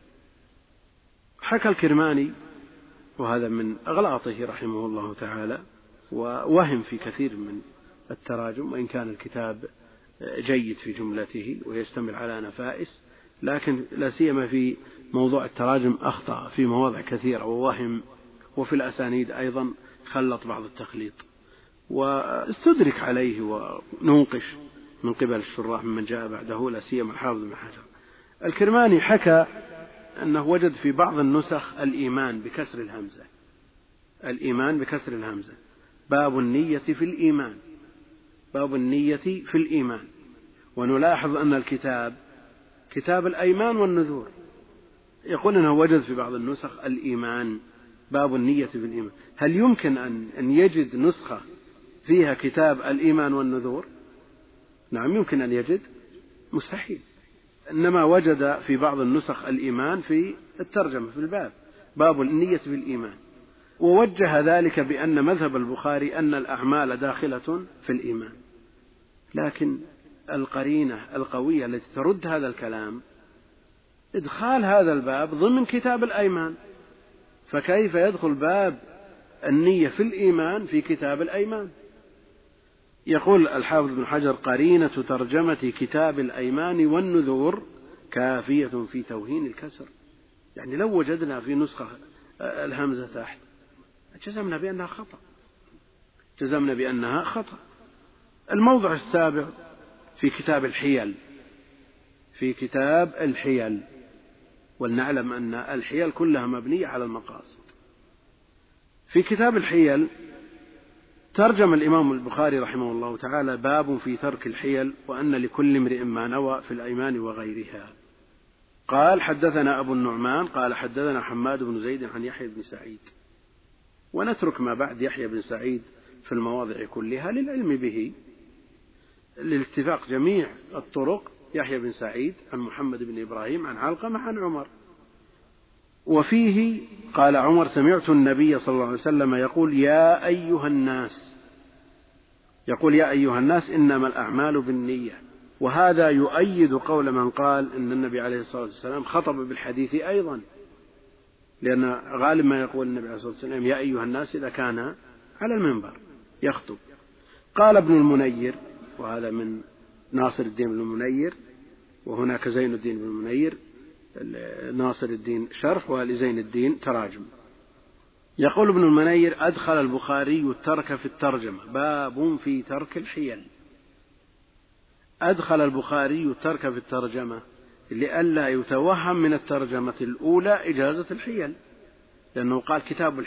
حكى الكرماني، وهذا من أغلاطه رحمه الله تعالى، ووهم في كثير من التراجم، وإن كان الكتاب جيد في جملته ويشتمل على نفائس، لكن لا سيما في موضوع التراجم أخطأ في مواضع كثيرة ووهم، وفي الأسانيد أيضا خلط بعض التخليط، واستدرك عليه وننقش من قبل الشراح ممن جاء بعده، لا سيما الحافظ بن حجر. الكرماني حكى أنه وجد في بعض النسخ الإيمان بكسر الهمزة، باب النية في الإيمان. ونلاحظ أن الكتاب كتاب الأيمان والنذور، يقول أنه وجد في بعض النسخ الإيمان، باب النية في الإيمان. هل يمكن أن يجد نسخة فيها كتاب الإيمان والنذور؟ نعم يمكن أن يجد، مستحيل. إنما وجد في بعض النسخ الإيمان في الترجمة في الباب، باب النية في الإيمان، ووجه ذلك بأن مذهب البخاري أن الأعمال داخلة في الإيمان. لكن القرينة القوية التي ترد هذا الكلام إدخال هذا الباب ضمن كتاب الأيمان، فكيف يدخل باب النية في الإيمان في كتاب الأيمان؟ يقول الحافظ بن حجر قرينة ترجمة كتاب الأيمان والنذور كافية في توهين الكسر. يعني لو وجدنا في نسخة الهمزة تحت جزمنا بأنها خطأ. الموضع السابع في كتاب الحيل، ولنعلم أن الحيل كلها مبنية على المقاصد. في كتاب الحيل ترجم الإمام البخاري رحمه الله تعالى باب في ترك الحيل، وأن لكل امرئ ما نوى في الأيمان وغيرها. قال حدثنا أبو النعمان قال حدثنا حماد بن زيد عن يحيى بن سعيد، ونترك ما بعد يحيى بن سعيد في المواضع كلها للعلم به، للاتفاق جميع الطرق، يحيى بن سعيد عن محمد بن إبراهيم عن علقمة عن عمر. وفيه قال عمر سمعت النبي صلى الله عليه وسلم يقول يا أيها الناس إنما الأعمال بالنية. وهذا يؤيد قول من قال إن النبي عليه الصلاة والسلام خطب بالحديث أيضا، لأن غالب ما يقول النبي عليه الصلاة والسلام يا أيها الناس إذا كان على المنبر يخطب. قال ابن المنير، وهذا من ناصر الدين بن المنير، وهناك زين الدين بن المنير، ناصر الدين شرح ولزين الدين تراجم. يقول ابن المنير أدخل البخاري الترك في الترجمة، باب في ترك الحيل. أدخل البخاري الترك في الترجمة لئلا يتوهم من الترجمة الأولى إجازة الحيل، لأنه قال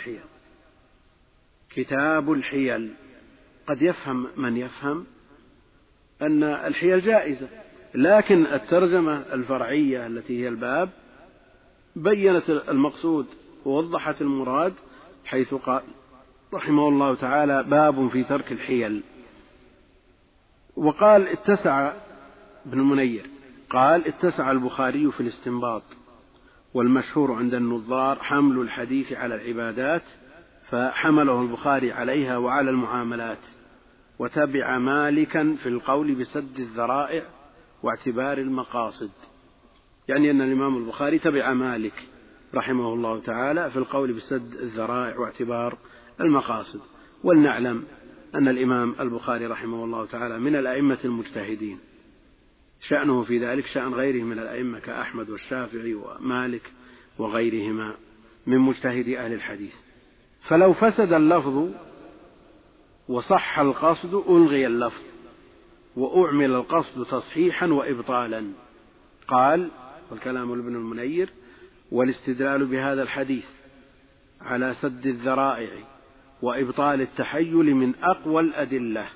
كتاب الحيل. قد يفهم من يفهم أن الحيل جائزة، لكن الترجمة الفرعية التي هي الباب بيّنت المقصود ووضحت المراد، حيث قال رحمه الله تعالى باب في ترك الحيل. وقال اتسع ابن المنير قال اتسع البخاري في الاستنباط، والمشهور عند النظار حمل الحديث على العبادات، فحمله البخاري عليها وعلى المعاملات، وتبع مالكا في القول بسد الذرائع واعتبار المقاصد. يعني أن الإمام البخاري تبع مالك رحمه الله تعالى في القول بسد الذرائع واعتبار المقاصد. ولنعلم أن الإمام البخاري رحمه الله تعالى من الأئمة المجتهدين، شأنه في ذلك شأن غيره من الأئمة كأحمد والشافعي ومالك وغيرهما، من مجتهد أهل الحديث. فلو فسد اللفظ وصح القصد ألغي اللفظ وأعمل القصد تصحيحا وإبطالا. قال والكلام لابن المنير: والاستدلال بهذا الحديث على سد الذرائع وإبطال التحيل من أقوى الأدلة.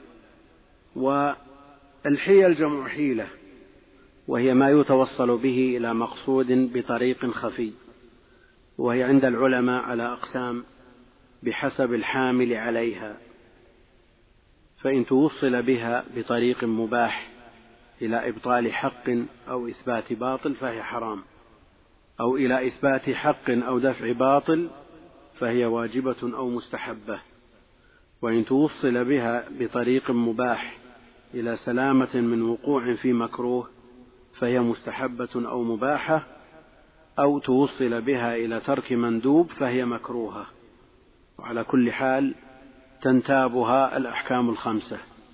والحيل جمع حيلة، وهي ما يتوصل به إلى مقصود بطريق خفي، وهي عند العلماء على أقسام بحسب الحامل عليها. فإن توصل بها بطريق مباح إلى إبطال حق أو إثبات باطل فهي حرام، أو إلى إثبات حق أو دفع باطل فهي واجبة أو مستحبة. وإن توصل بها بطريق مباح إلى سلامة من وقوع في مكروه فهي مستحبة أو مباحة، أو توصل بها إلى ترك مندوب فهي مكروهة. وعلى كل حال تنتابها الأحكام الخمسة.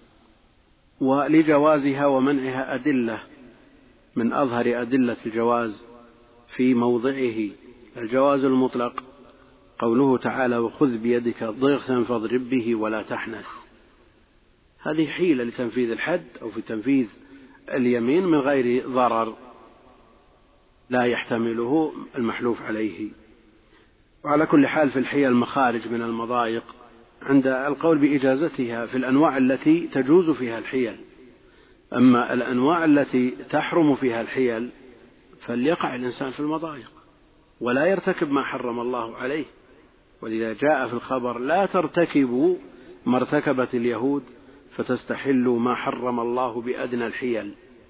ولجوازها ومنعها أدلة، من أظهر أدلة الجواز في موضعه الجواز المطلق قوله تعالى: وخذ بيدك ضغثا فاضرب به ولا تحنث. هذه حيلة لتنفيذ الحد أو في تنفيذ اليمين من غير ضرر لا يحتمله المحلوف عليه. وعلى كل حال في الحيل مخارج من المضايق عند القول بإجازتها في الأنواع التي تجوز فيها الحيل. أما الأنواع التي تحرم فيها الحيل فليقع الإنسان في المضايق ولا يرتكب ما حرم الله عليه. ولذا جاء في الخبر: لا ترتكبوا ما ارتكبت اليهود فتستحلوا ما حرم الله بأدنى الحيل.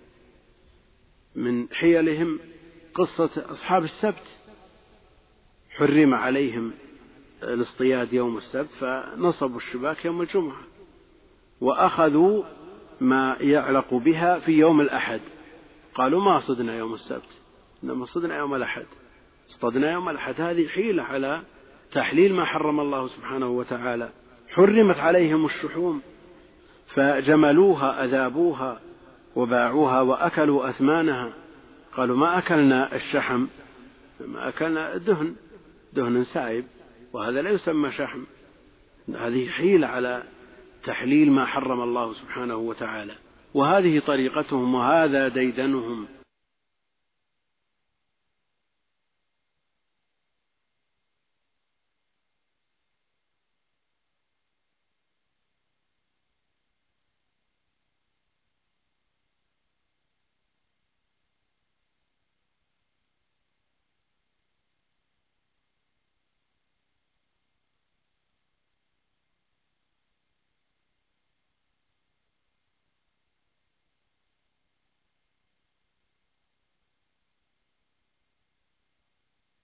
من حيلهم قصة أصحاب السبت، حرم عليهم الاصطياد يوم السبت فنصبوا الشباك يوم الجمعة، وأخذوا ما يعلق بها في يوم الأحد. قالوا: ما صدنا يوم السبت، إنما صدنا يوم الأحد، اصطدنا يوم الأحد. هذه حيلة على تحليل ما حرم الله سبحانه وتعالى. حرمت عليهم الشحوم فجملوها أذابوها وباعوها وأكلوا أثمانها. قالوا: ما أكلنا الشحم، ما أكلنا دهن سائب، وهذا لا يسمى شحم. هذه حيلة على تحليل ما حرم الله سبحانه وتعالى. وهذه طريقتهم وهذا ديدنهم